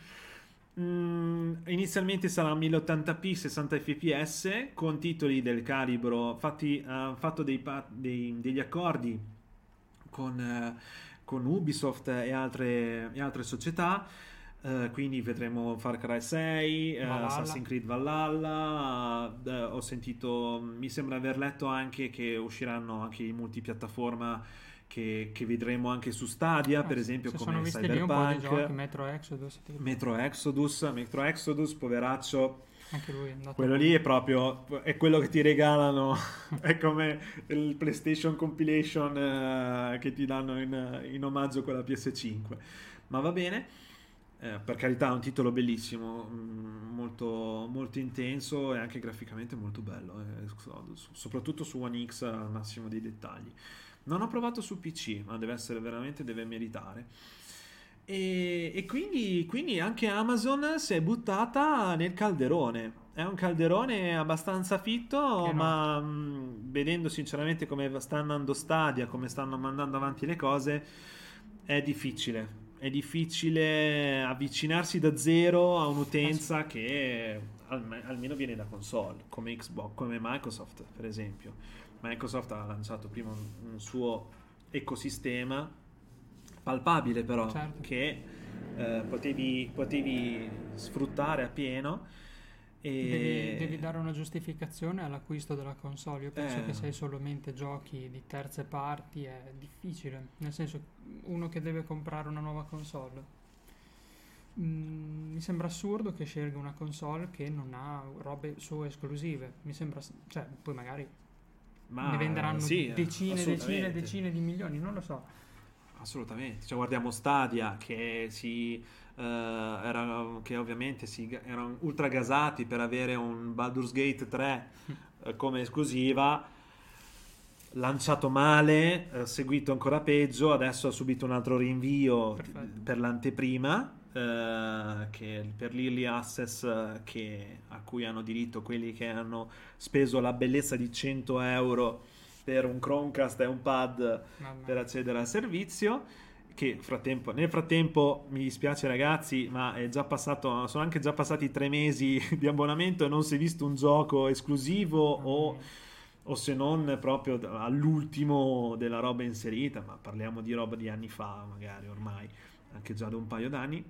Mm, inizialmente sarà mille ottanta p sessanta fps con titoli del calibro fatti, ha fatto dei pa- dei- degli accordi con, eh, con Ubisoft e altre, e altre società. Eh, quindi vedremo Far Cry sei, eh, Valhalla. Assassin's Creed Valhalla. eh, ho sentito, mi sembra aver letto anche che usciranno anche in multipiattaforma che, che vedremo anche su Stadia, Ah, per sì. esempio, Si come sono visti lì un po' di Cyberpunk. giochi. Metro Exodus. tipo. Metro Exodus, Metro Exodus, poveraccio, Anche lui è andato. quello lì è proprio è quello che ti regalano, è come il PlayStation Compilation eh, che ti danno in, in omaggio con la P S cinque. Ma va bene, eh, per carità, è un titolo bellissimo, mm, molto, molto intenso e anche graficamente molto bello, eh, so- soprattutto su One X al massimo dei dettagli. Non ho provato su P C, ma deve essere veramente, deve meritare. E, e quindi, quindi anche Amazon si è buttata nel calderone. È un calderone abbastanza fitto, Che no. ma mh, vedendo sinceramente come sta andando Stadia, come stanno mandando avanti le cose, è difficile. È difficile avvicinarsi da zero a un'utenza che alme- almeno viene da console, come Xbox, come Microsoft, per esempio. Microsoft ha lanciato prima un, un suo ecosistema palpabile però Certo. che eh, potevi, potevi sfruttare appieno E... Devi, devi dare una giustificazione all'acquisto della console. Io penso Eh. che se hai solamente giochi di terze parti è difficile, nel senso, uno che deve comprare una nuova console, mm, mi sembra assurdo che scelga una console che non ha robe sue esclusive. Mi sembra, cioè, poi magari Ma ne venderanno sì, decine, decine, assolutamente. decine di milioni, non lo so. Assolutamente, cioè guardiamo Stadia che si eh, era, che ovviamente si, erano ultra gasati per avere un Baldur's Gate tre eh, come esclusiva, lanciato male, eh, seguito ancora peggio, adesso ha subito un altro rinvio Perfetto. per l'anteprima, eh, che per l'Early Access eh, che, a cui hanno diritto quelli che hanno speso la bellezza di cento euro per un Chromecast e un pad Mamma. per accedere al servizio. Che frattempo, nel frattempo mi dispiace ragazzi, ma è già passato, sono anche già passati tre mesi di abbonamento e non si è visto un gioco esclusivo Mamma o, mia. o se non proprio all'ultimo della roba inserita, ma parliamo di roba di anni fa magari ormai, anche già da un paio d'anni.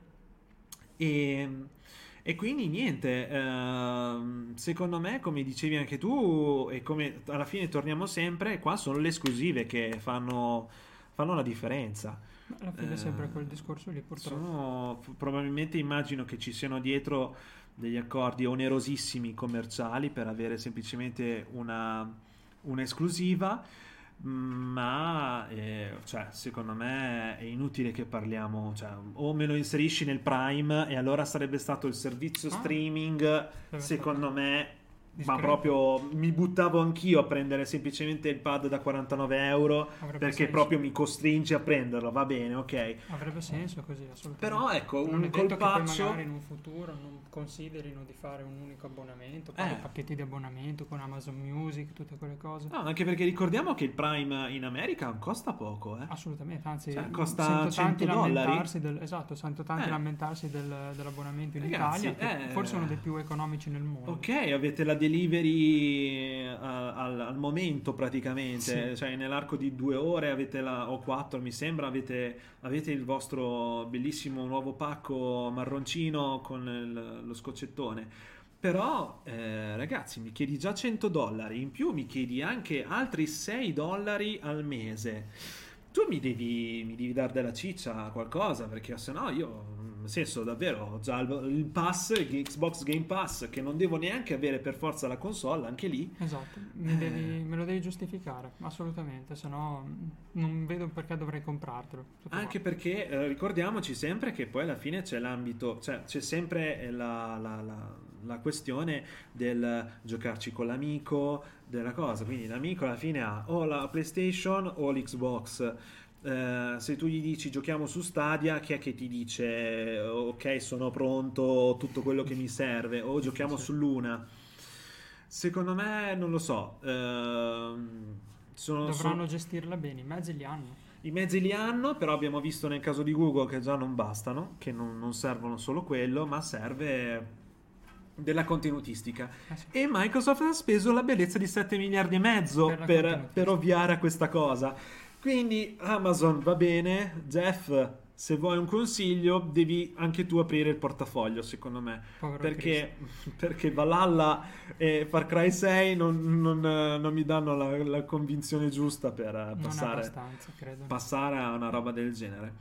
E, e quindi niente, ehm, secondo me, come dicevi anche tu, e come alla fine torniamo sempre, qua sono le esclusive che fanno, fanno la differenza. Ma alla fine è sempre Eh, quel discorso lì, purtroppo. sono, probabilmente immagino che ci siano dietro degli accordi onerosissimi commerciali per avere semplicemente una, un'esclusiva, ma eh, cioè, secondo me è inutile che parliamo, cioè, o me lo inserisci nel Prime e allora sarebbe stato il servizio Ah, streaming, sarebbe secondo stato me, ma discreto. proprio mi buttavo anch'io a prendere semplicemente il pad da quarantanove euro Avrebbe perché senso. proprio mi costringe a prenderlo, va bene, ok. Avrebbe senso così, assolutamente. Però ecco, Non un è detto che poi colpaccio. magari in un futuro non considerino di fare un unico abbonamento, poi Eh. i pacchetti di abbonamento con Amazon Music, tutte quelle cose. No, anche perché ricordiamo che il Prime in America costa poco, eh. Assolutamente, anzi, Cioè, costa sento tanti cento dollari. lamentarsi del, esatto, sento tanti Eh. lamentarsi del- dell'abbonamento in Ragazzi, Italia, che eh. forse è uno dei più economici nel mondo. Ok, avete la delivery eh, al, al momento praticamente, Sì. cioè nell'arco di due ore avete la, o quattro mi sembra, avete, avete il vostro bellissimo nuovo pacco marroncino con il- lo scoccettone. Però, eh, ragazzi, mi chiedi già cento dollari, in più mi chiedi anche altri sei dollari al mese. Tu mi devi, mi devi dare della ciccia qualcosa, perché se no io, nel senso, davvero, ho già il, il pass, il Xbox Game Pass, che non devo neanche avere per forza la console, anche lì. Esatto, mi Eh. devi- me lo devi giustificare, assolutamente, se no mm, non vedo perché dovrei comprartelo. Tutto qua. Anche perché eh, ricordiamoci sempre che poi alla fine c'è l'ambito, cioè c'è sempre eh, la, la- la- la questione del giocarci con l'amico, della cosa. Quindi l'amico alla fine ha o la PlayStation o l'Xbox. Eh, se tu gli dici giochiamo su Stadia, chi è che ti dice ok, sono pronto, ho tutto quello che mi serve, o giochiamo Sì. sull'una? Secondo me, non lo so. ehm, sono, Dovranno sono- gestirla bene, i mezzi li hanno. I mezzi li hanno, però abbiamo visto nel caso di Google che già non bastano, che non, non servono solo quello, ma serve della contenutistica. Eh sì. E Microsoft ha speso la bellezza di sette miliardi e mezzo Per la per, contenutistica. per ovviare a questa cosa. Quindi Amazon va bene, Jeff, se vuoi un consiglio devi anche tu aprire il portafoglio, secondo me. Povero Perché, perché Valhalla e Far Cry sei non, non, eh, non mi danno la, la convinzione giusta per eh, Non è passare, abbastanza, credo. passare a una roba del genere.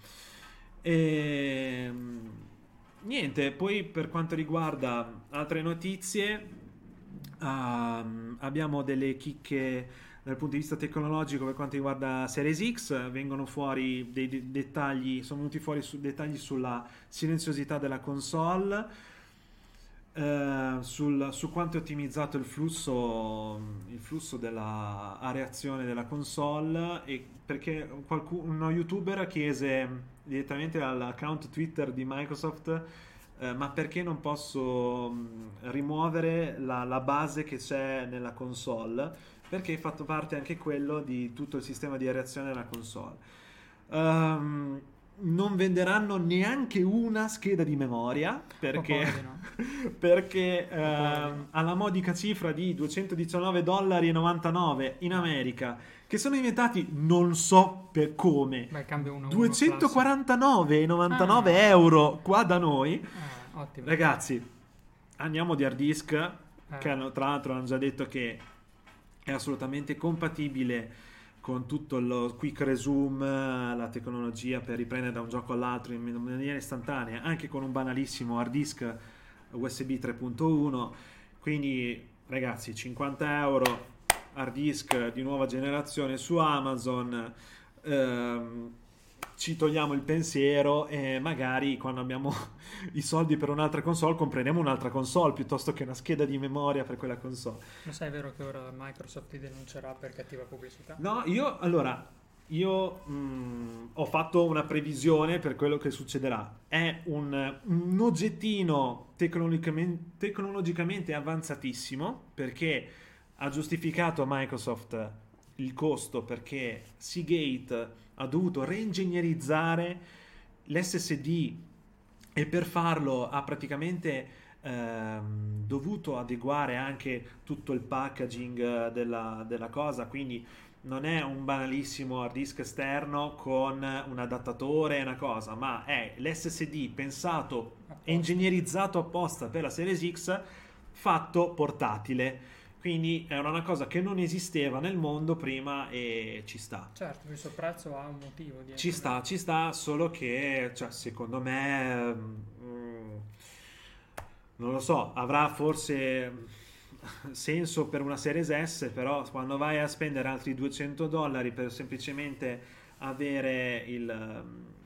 E, niente, poi per quanto riguarda altre notizie, ehm, abbiamo delle chicche dal punto di vista tecnologico per quanto riguarda Series X, vengono fuori dei de- dettagli, sono venuti fuori su- dettagli sulla silenziosità della console, eh, sul- su quanto è ottimizzato il flusso, il flusso della a reazione della console, e perché qualcuno, uno youtuber chiese direttamente all'account Twitter di Microsoft eh, ma perché non posso mh, rimuovere la, la base che c'è nella console, perché è fatto parte anche quello di tutto il sistema di reazione della console. Ehm, non venderanno neanche una scheda di memoria perché, Poveri, no? perché ehm, Poveri. alla modica cifra di duecentodiciannove dollari e novantanove in America, che sono diventati non so per come Beh, cambio uno. duecentoquarantanove e novantanove Ah. euro qua da noi. Ah, ottimo. Ragazzi, andiamo di hard disk, Eh. che hanno, tra l'altro hanno già detto che è assolutamente compatibile con tutto lo quick resume, la tecnologia per riprendere da un gioco all'altro in maniera istantanea, anche con un banalissimo hard disk U S B tre punto uno. Quindi ragazzi, cinquanta euro hard disk di nuova generazione su Amazon, ehm, ci togliamo il pensiero e magari quando abbiamo i soldi per un'altra console compreremo un'altra console piuttosto che una scheda di memoria per quella console. Ma sai, è vero che ora Microsoft ti denuncerà per cattiva pubblicità? No, io allora io mh, ho fatto una previsione per quello che succederà. È un, un oggettino tecnologicamente, tecnologicamente avanzatissimo, perché ha giustificato Microsoft il costo, perché Seagate ha dovuto reingegnerizzare l'S S D e per farlo ha praticamente ehm, dovuto adeguare anche tutto il packaging della, della cosa, quindi non è un banalissimo hard disk esterno con un adattatore e una cosa, ma è l'S S D pensato e ingegnerizzato apposta per la Series X, fatto portatile. Quindi è una cosa che non esisteva nel mondo prima e ci sta. Certo, questo prezzo ha un motivo dietro. Ci sta, ci sta, solo che cioè, secondo me mm, non lo so, avrà forse senso per una Series S, però quando vai a spendere altri duecento dollari per semplicemente avere il,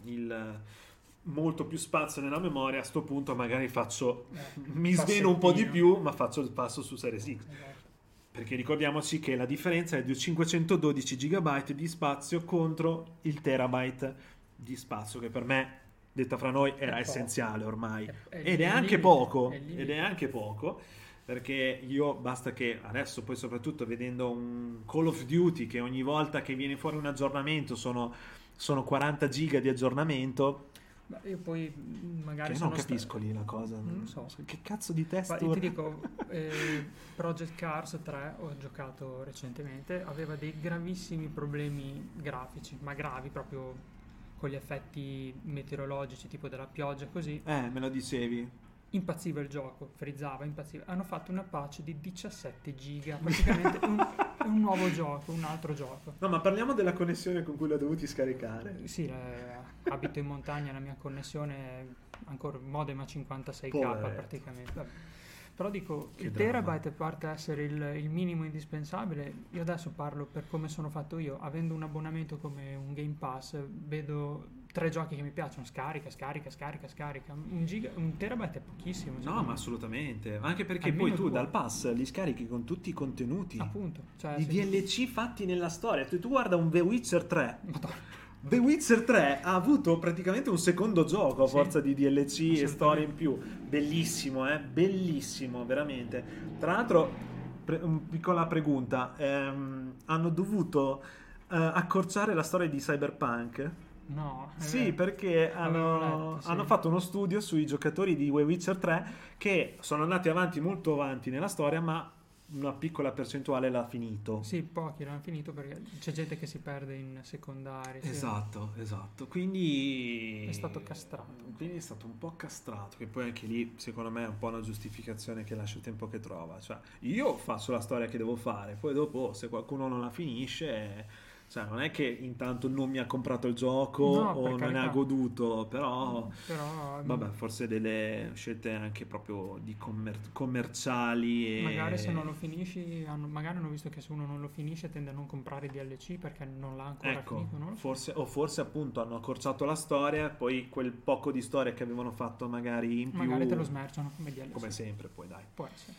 il molto più spazio nella memoria, a sto punto magari faccio Eh, mi sveno un po' di passettino. più, ma faccio il passo su Series X. Esatto. Perché ricordiamoci che la differenza è di cinquecentododici giga di spazio contro il terabyte di spazio, che per me, detta fra noi, era È essenziale ormai. È- è Ed è il anche limite, poco, è il limite. ed è anche poco, perché io basta che adesso, poi soprattutto vedendo un Call of Duty che ogni volta che viene fuori un aggiornamento sono, sono quaranta giga di aggiornamento, Ma io poi mh, magari che sono non capisco sta- lì la cosa. Non lo so. Che cazzo di Ma testo? io ti dico, eh, Project Cars tre, ho giocato recentemente, aveva dei gravissimi problemi grafici, ma gravi proprio con gli effetti meteorologici, tipo della pioggia, così. Eh, me lo dicevi. Impazziva il gioco, frizzava, impazziva. Hanno fatto una patch di diciassette giga, praticamente è un, è un nuovo gioco, un altro gioco. No, ma parliamo della connessione con cui l'ho dovuti scaricare. Sì, eh, abito in montagna, la mia connessione è ancora modem a cinquantasei K Poveretto. praticamente. Vabbè. Però dico, Che il dramma. terabyte, a parte essere il, il minimo indispensabile, io adesso parlo per come sono fatto io, avendo un abbonamento come un Game Pass, vedo tre giochi che mi piacciono, scarica, scarica, scarica, scarica. Un, giga, un terabyte è pochissimo. No, secondo ma me. assolutamente. Anche perché Almeno poi tu due. dal pass li scarichi con tutti i contenuti. Appunto. Cioè, I se- D L C fatti nella storia. Tu, tu guarda un The Witcher tre. Madonna. The Witcher tre ha avuto praticamente un secondo gioco a Sì, forza di D L C e assolutamente. storie in più. Bellissimo, eh? Bellissimo, veramente. Tra l'altro, pre- una piccola pregunta. Ehm, hanno dovuto eh, accorciare la storia di Cyberpunk? No. è Sì, vero. perché Avevo hanno, letto, sì. hanno fatto uno studio sui giocatori di The Witcher tre che sono andati avanti molto avanti nella storia, ma una piccola percentuale l'ha finito. Sì, pochi l'hanno finito perché c'è gente che si perde in secondari. Sì. Esatto, esatto. Quindi È stato castrato. Quindi è stato un po' castrato, che poi anche lì secondo me è un po' una giustificazione che lascia il tempo che trova. Cioè, io faccio la storia che devo fare, poi dopo se qualcuno non la finisce, cioè non è che intanto non mi ha comprato il gioco No, o per non ne carità. ha goduto, però Però vabbè, forse delle scelte anche proprio di commer- commerciali e magari se non lo finisci, hanno, magari hanno visto che se uno non lo finisce tende a non comprare i D L C perché non l'ha ancora ecco, finito. Non lo so. forse, o forse appunto hanno accorciato la storia, poi quel poco di storia che avevano fatto magari in più, Magari te lo smerciano come D L C. come sempre, poi dai. Può essere.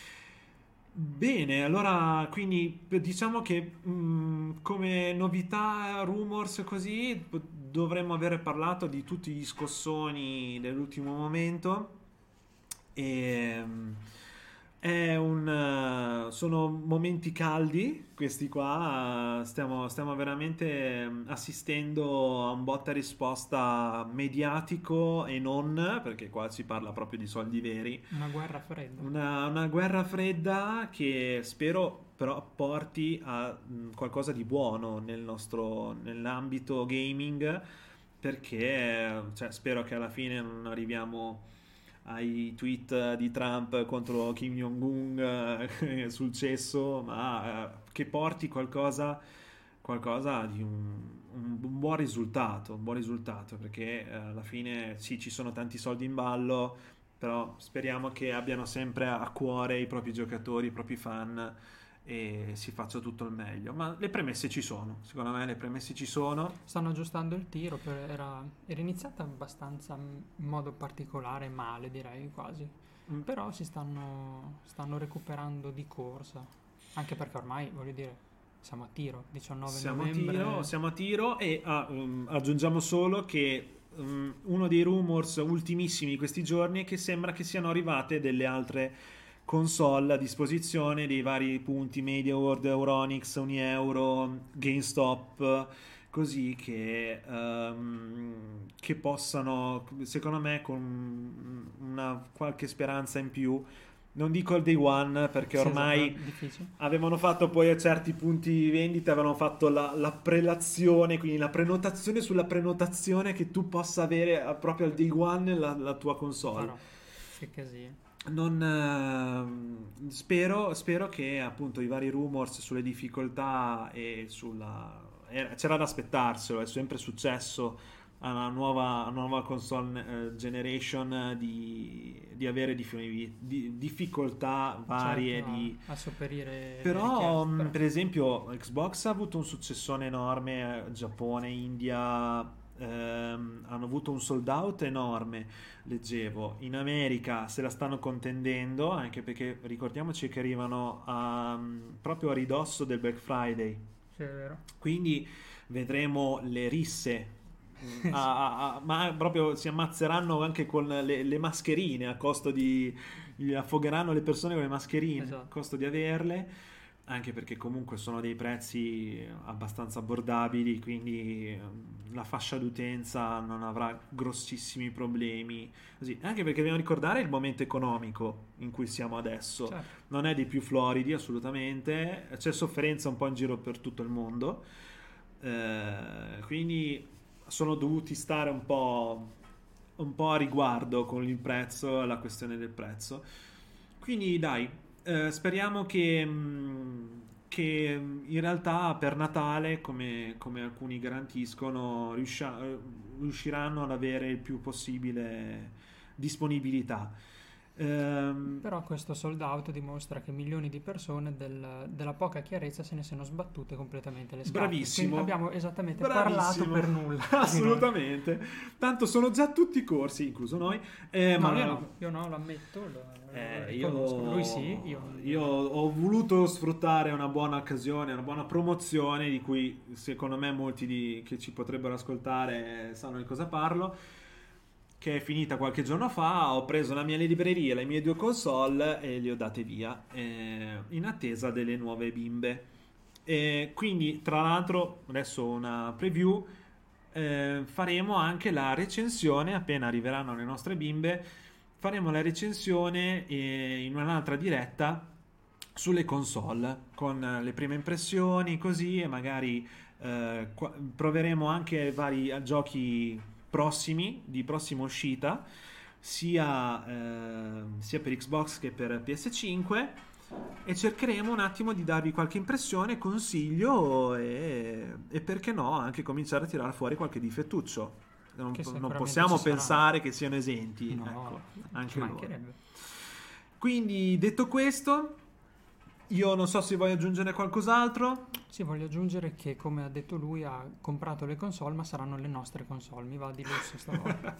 Bene, allora quindi p- diciamo che mh, come novità, rumors così, p- dovremmo avere parlato di tutti gli scossoni dell'ultimo momento e mh, è un, eh, sono momenti caldi questi qua, eh, stiamo, stiamo veramente mh, assistendo a un botta e risposta mediatico e non, perché qua si parla proprio di soldi veri. Una guerra fredda. Una, una guerra fredda che spero però porti a mh, qualcosa di buono nel nostro, nell'ambito gaming, perché cioè, spero che alla fine non arriviamo ai tweet di Trump contro Kim Jong-un eh, sul cesso, ma eh, che porti qualcosa, qualcosa di un, un buon risultato, un buon risultato, perché eh, alla fine sì, ci sono tanti soldi in ballo, però speriamo che abbiano sempre a cuore i propri giocatori, i propri fan, e si faccia tutto il meglio. Ma le premesse ci sono, secondo me le premesse ci sono. Stanno aggiustando il tiro, per- era, era iniziata abbastanza in modo particolare, male direi quasi, Mm. però si stanno, stanno recuperando di corsa, anche perché ormai, voglio dire, siamo a tiro, diciannove Siamo a novembre. tiro, siamo a tiro e ah, um, aggiungiamo solo che um, uno dei rumors ultimissimi di questi giorni è che sembra che siano arrivate delle altre console a disposizione dei vari punti MediaWorld, Euronics, Unieuro, GameStop, così che, um, che possano, secondo me, con una qualche speranza in più, non dico il day one perché Sì, ormai esatto, è difficile. avevano fatto poi a certi punti vendita, avevano fatto la, la prelazione, quindi la prenotazione sulla prenotazione, che tu possa avere eh, proprio al day one la, la tua console. Però, che casino. Non, ehm, spero, spero che appunto i vari rumors sulle difficoltà e sulla... era- c'era da aspettarselo, è sempre successo a una nuova, a una nuova console eh, generation eh, di, di avere dif- di- difficoltà varie Certo, di... a, a sopperire le Però, richieste, mh, però. per esempio, Xbox ha avuto un successone enorme, eh, Giappone, India, ehm, hanno avuto un sold out enorme, leggevo. In America se la stanno contendendo, anche perché ricordiamoci che arrivano a- proprio a ridosso del Black Friday, Sì, è vero. quindi vedremo le risse. mm, a- a- a- ma proprio si ammazzeranno anche con le, le mascherine a costo di gli affogheranno le persone con le mascherine a Esatto. costo di averle, anche perché comunque sono dei prezzi abbastanza abbordabili, quindi ehm, la fascia d'utenza non avrà grossissimi problemi, così. Anche perché dobbiamo ricordare il momento economico in cui siamo adesso, Certo. non è dei più floridi assolutamente, c'è sofferenza un po' in giro per tutto il mondo, eh, quindi sono dovuti stare un po', un po' a riguardo con il prezzo, la questione del prezzo. Quindi dai, eh, speriamo che, mh, che mh, in realtà per Natale, come, come alcuni garantiscono, riuscia- eh, riusciranno ad avere il più possibile disponibilità. Ehm, Però questo sold out dimostra che milioni di persone del- della poca chiarezza se ne sono sbattute completamente le scarpe. Bravissimo. Quindi abbiamo esattamente Bravissimo. parlato per nulla. Assolutamente. Tanto sono già tutti corsi, incluso noi. Eh, No, ma io no, io no, lo ammetto, lo, lo Eh, riconosco. io, Lui sì, io... io ho voluto sfruttare una buona occasione, una buona promozione di cui secondo me molti di- che ci potrebbero ascoltare sanno di cosa parlo, che è finita qualche giorno fa. Ho preso la mia libreria, le mie due console e le ho date via eh, in attesa delle nuove bimbe. E quindi, tra l'altro, adesso una preview, eh, faremo anche la recensione appena arriveranno le nostre bimbe. Faremo la recensione eh, in un'altra diretta sulle console con eh, le prime impressioni, così, e magari eh, qua- proveremo anche vari eh, giochi prossimi, di prossima uscita, sia, eh, sia per Xbox che per P S cinque, e cercheremo un attimo di darvi qualche impressione, consiglio e, e perché no anche cominciare a tirare fuori qualche difettuccio. Non, Che non sicuramente possiamo ci sarà. pensare che siano esenti, No, ecco, ci anche loro. mancherebbe. Quindi, detto questo, io non so se vuoi aggiungere qualcos'altro. Sì, voglio aggiungere che, come ha detto lui, ha comprato le console, ma saranno le nostre console. Mi va di lusso stavolta.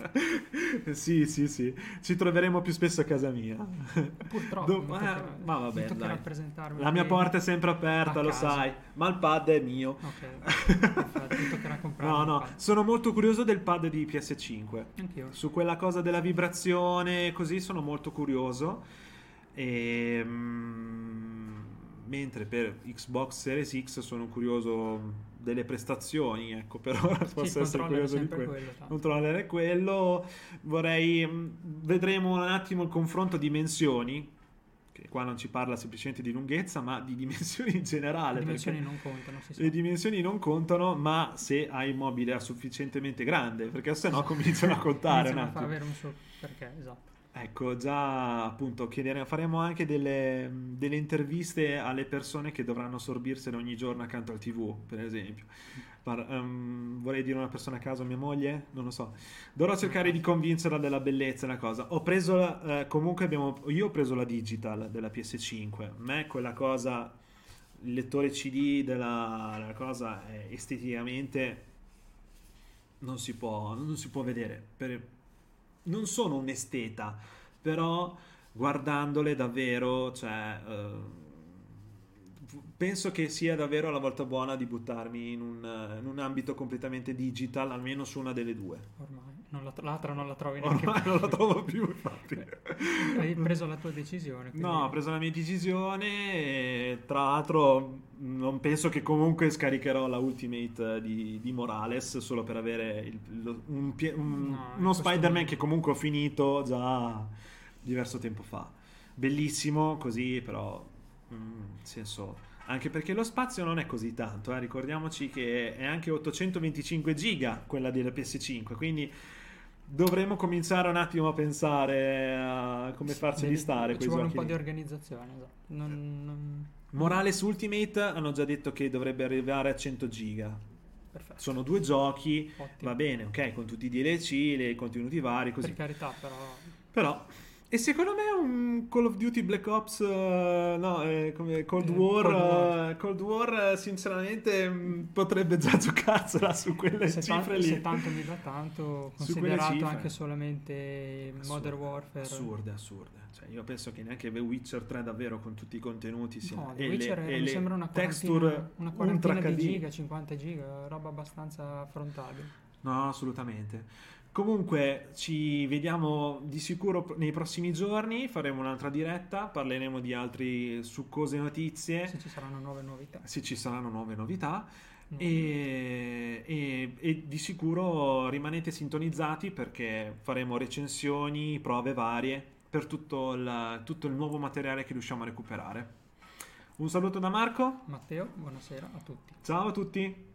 Sì, sì, sì, ci troveremo più spesso a casa mia. Purtroppo. Do- mi eh, toccherà- ma vabbè, mi toccherà dai. presentarmi La mia qui porta è sempre aperta, a lo casa. sai, ma il pad è mio. Ok, perfetto, mi toccherà comprare No, un no, pad. sono molto curioso del pad di P S cinque. Anch'io. Su quella cosa della vibrazione, così sono molto curioso. E, mm, mentre per Xbox Series X sono curioso delle prestazioni, ecco, per ora Sì, posso il essere controller è curioso di sempre quello. quello, tanto. Controllare quello, vorrei, mm, vedremo un attimo il confronto dimensioni, che qua non ci parla semplicemente di lunghezza, ma di dimensioni in generale. Le dimensioni perché non contano, si sa. le dimensioni non contano, ma se hai il mobile sufficientemente grande, perché se no cominciano a contare un Iniziano a far attimo. avere un suo perché, esatto. Ecco, già appunto chiederemo, faremo anche delle, delle interviste alle persone che dovranno sorbirsene ogni giorno accanto al T V, per esempio. Par- ehm, vorrei dire una persona a caso, mia moglie? Non lo so. Dovrò cercare di convincerla della bellezza, una cosa. Ho preso, la- eh, comunque abbiamo, io ho preso la digital della P S cinque. A me quella cosa, il lettore C D della, della cosa, è esteticamente non si può, non si può vedere. Per- non sono un esteta, però guardandole davvero, cioè, eh, penso che sia davvero la volta buona di buttarmi in un, in un ambito completamente digital, almeno su una delle due. Ormai non la, l'altra non la trovi neanche Ormai più. non la trovo più, infatti. Hai preso la tua decisione. Quindi... No, ho preso la mia decisione e tra l'altro non penso che comunque scaricherò la Ultimate di, di Morales solo per avere il- lo- un pie- un- No, uno questo Spider-Man non- che comunque ho finito già diverso tempo fa. Bellissimo così, però mm, nel senso anche perché lo spazio non è così tanto, eh. Ricordiamoci che è anche ottocentoventicinque giga quella della P S cinque, quindi dovremmo cominciare un attimo a pensare a come farceli Devi- stare ci quei vuole un giochi po' lì. di organizzazione, esatto. Non, non- Morales Ultimate hanno già detto che dovrebbe arrivare a cento giga. Perfetto, Sono due giochi, ottimo. va bene, ok, con tutti i D L C, i contenuti vari, così. Per carità, però Però, e secondo me un Call of Duty Black Ops, eh, no, eh, come Cold Eh, War, Cold War. eh, Cold War, eh, sinceramente mh, potrebbe già giocarsela su quelle se, tan- cifre lì. se tanto mi va tanto, Su quelle considerato cifre. anche solamente Modern Warfare. Assurde, assurde. Cioè, io penso che neanche The Witcher tre davvero con tutti i contenuti sia No, e The le- Witcher e mi le sembra una texture quarantina, una quarantina Ultra di H D. giga, cinquanta giga, roba abbastanza affrontabile. No, assolutamente. Comunque ci vediamo di sicuro pr- nei prossimi giorni, faremo un'altra diretta, parleremo di altri succose notizie, Se ci saranno nuove novità. se ci saranno nuove novità No. e, e- e di sicuro rimanete sintonizzati perché faremo recensioni, prove varie per tutto il, tutto il nuovo materiale che riusciamo a recuperare. Un saluto da Marco, Matteo, buonasera a tutti. ciao a tutti!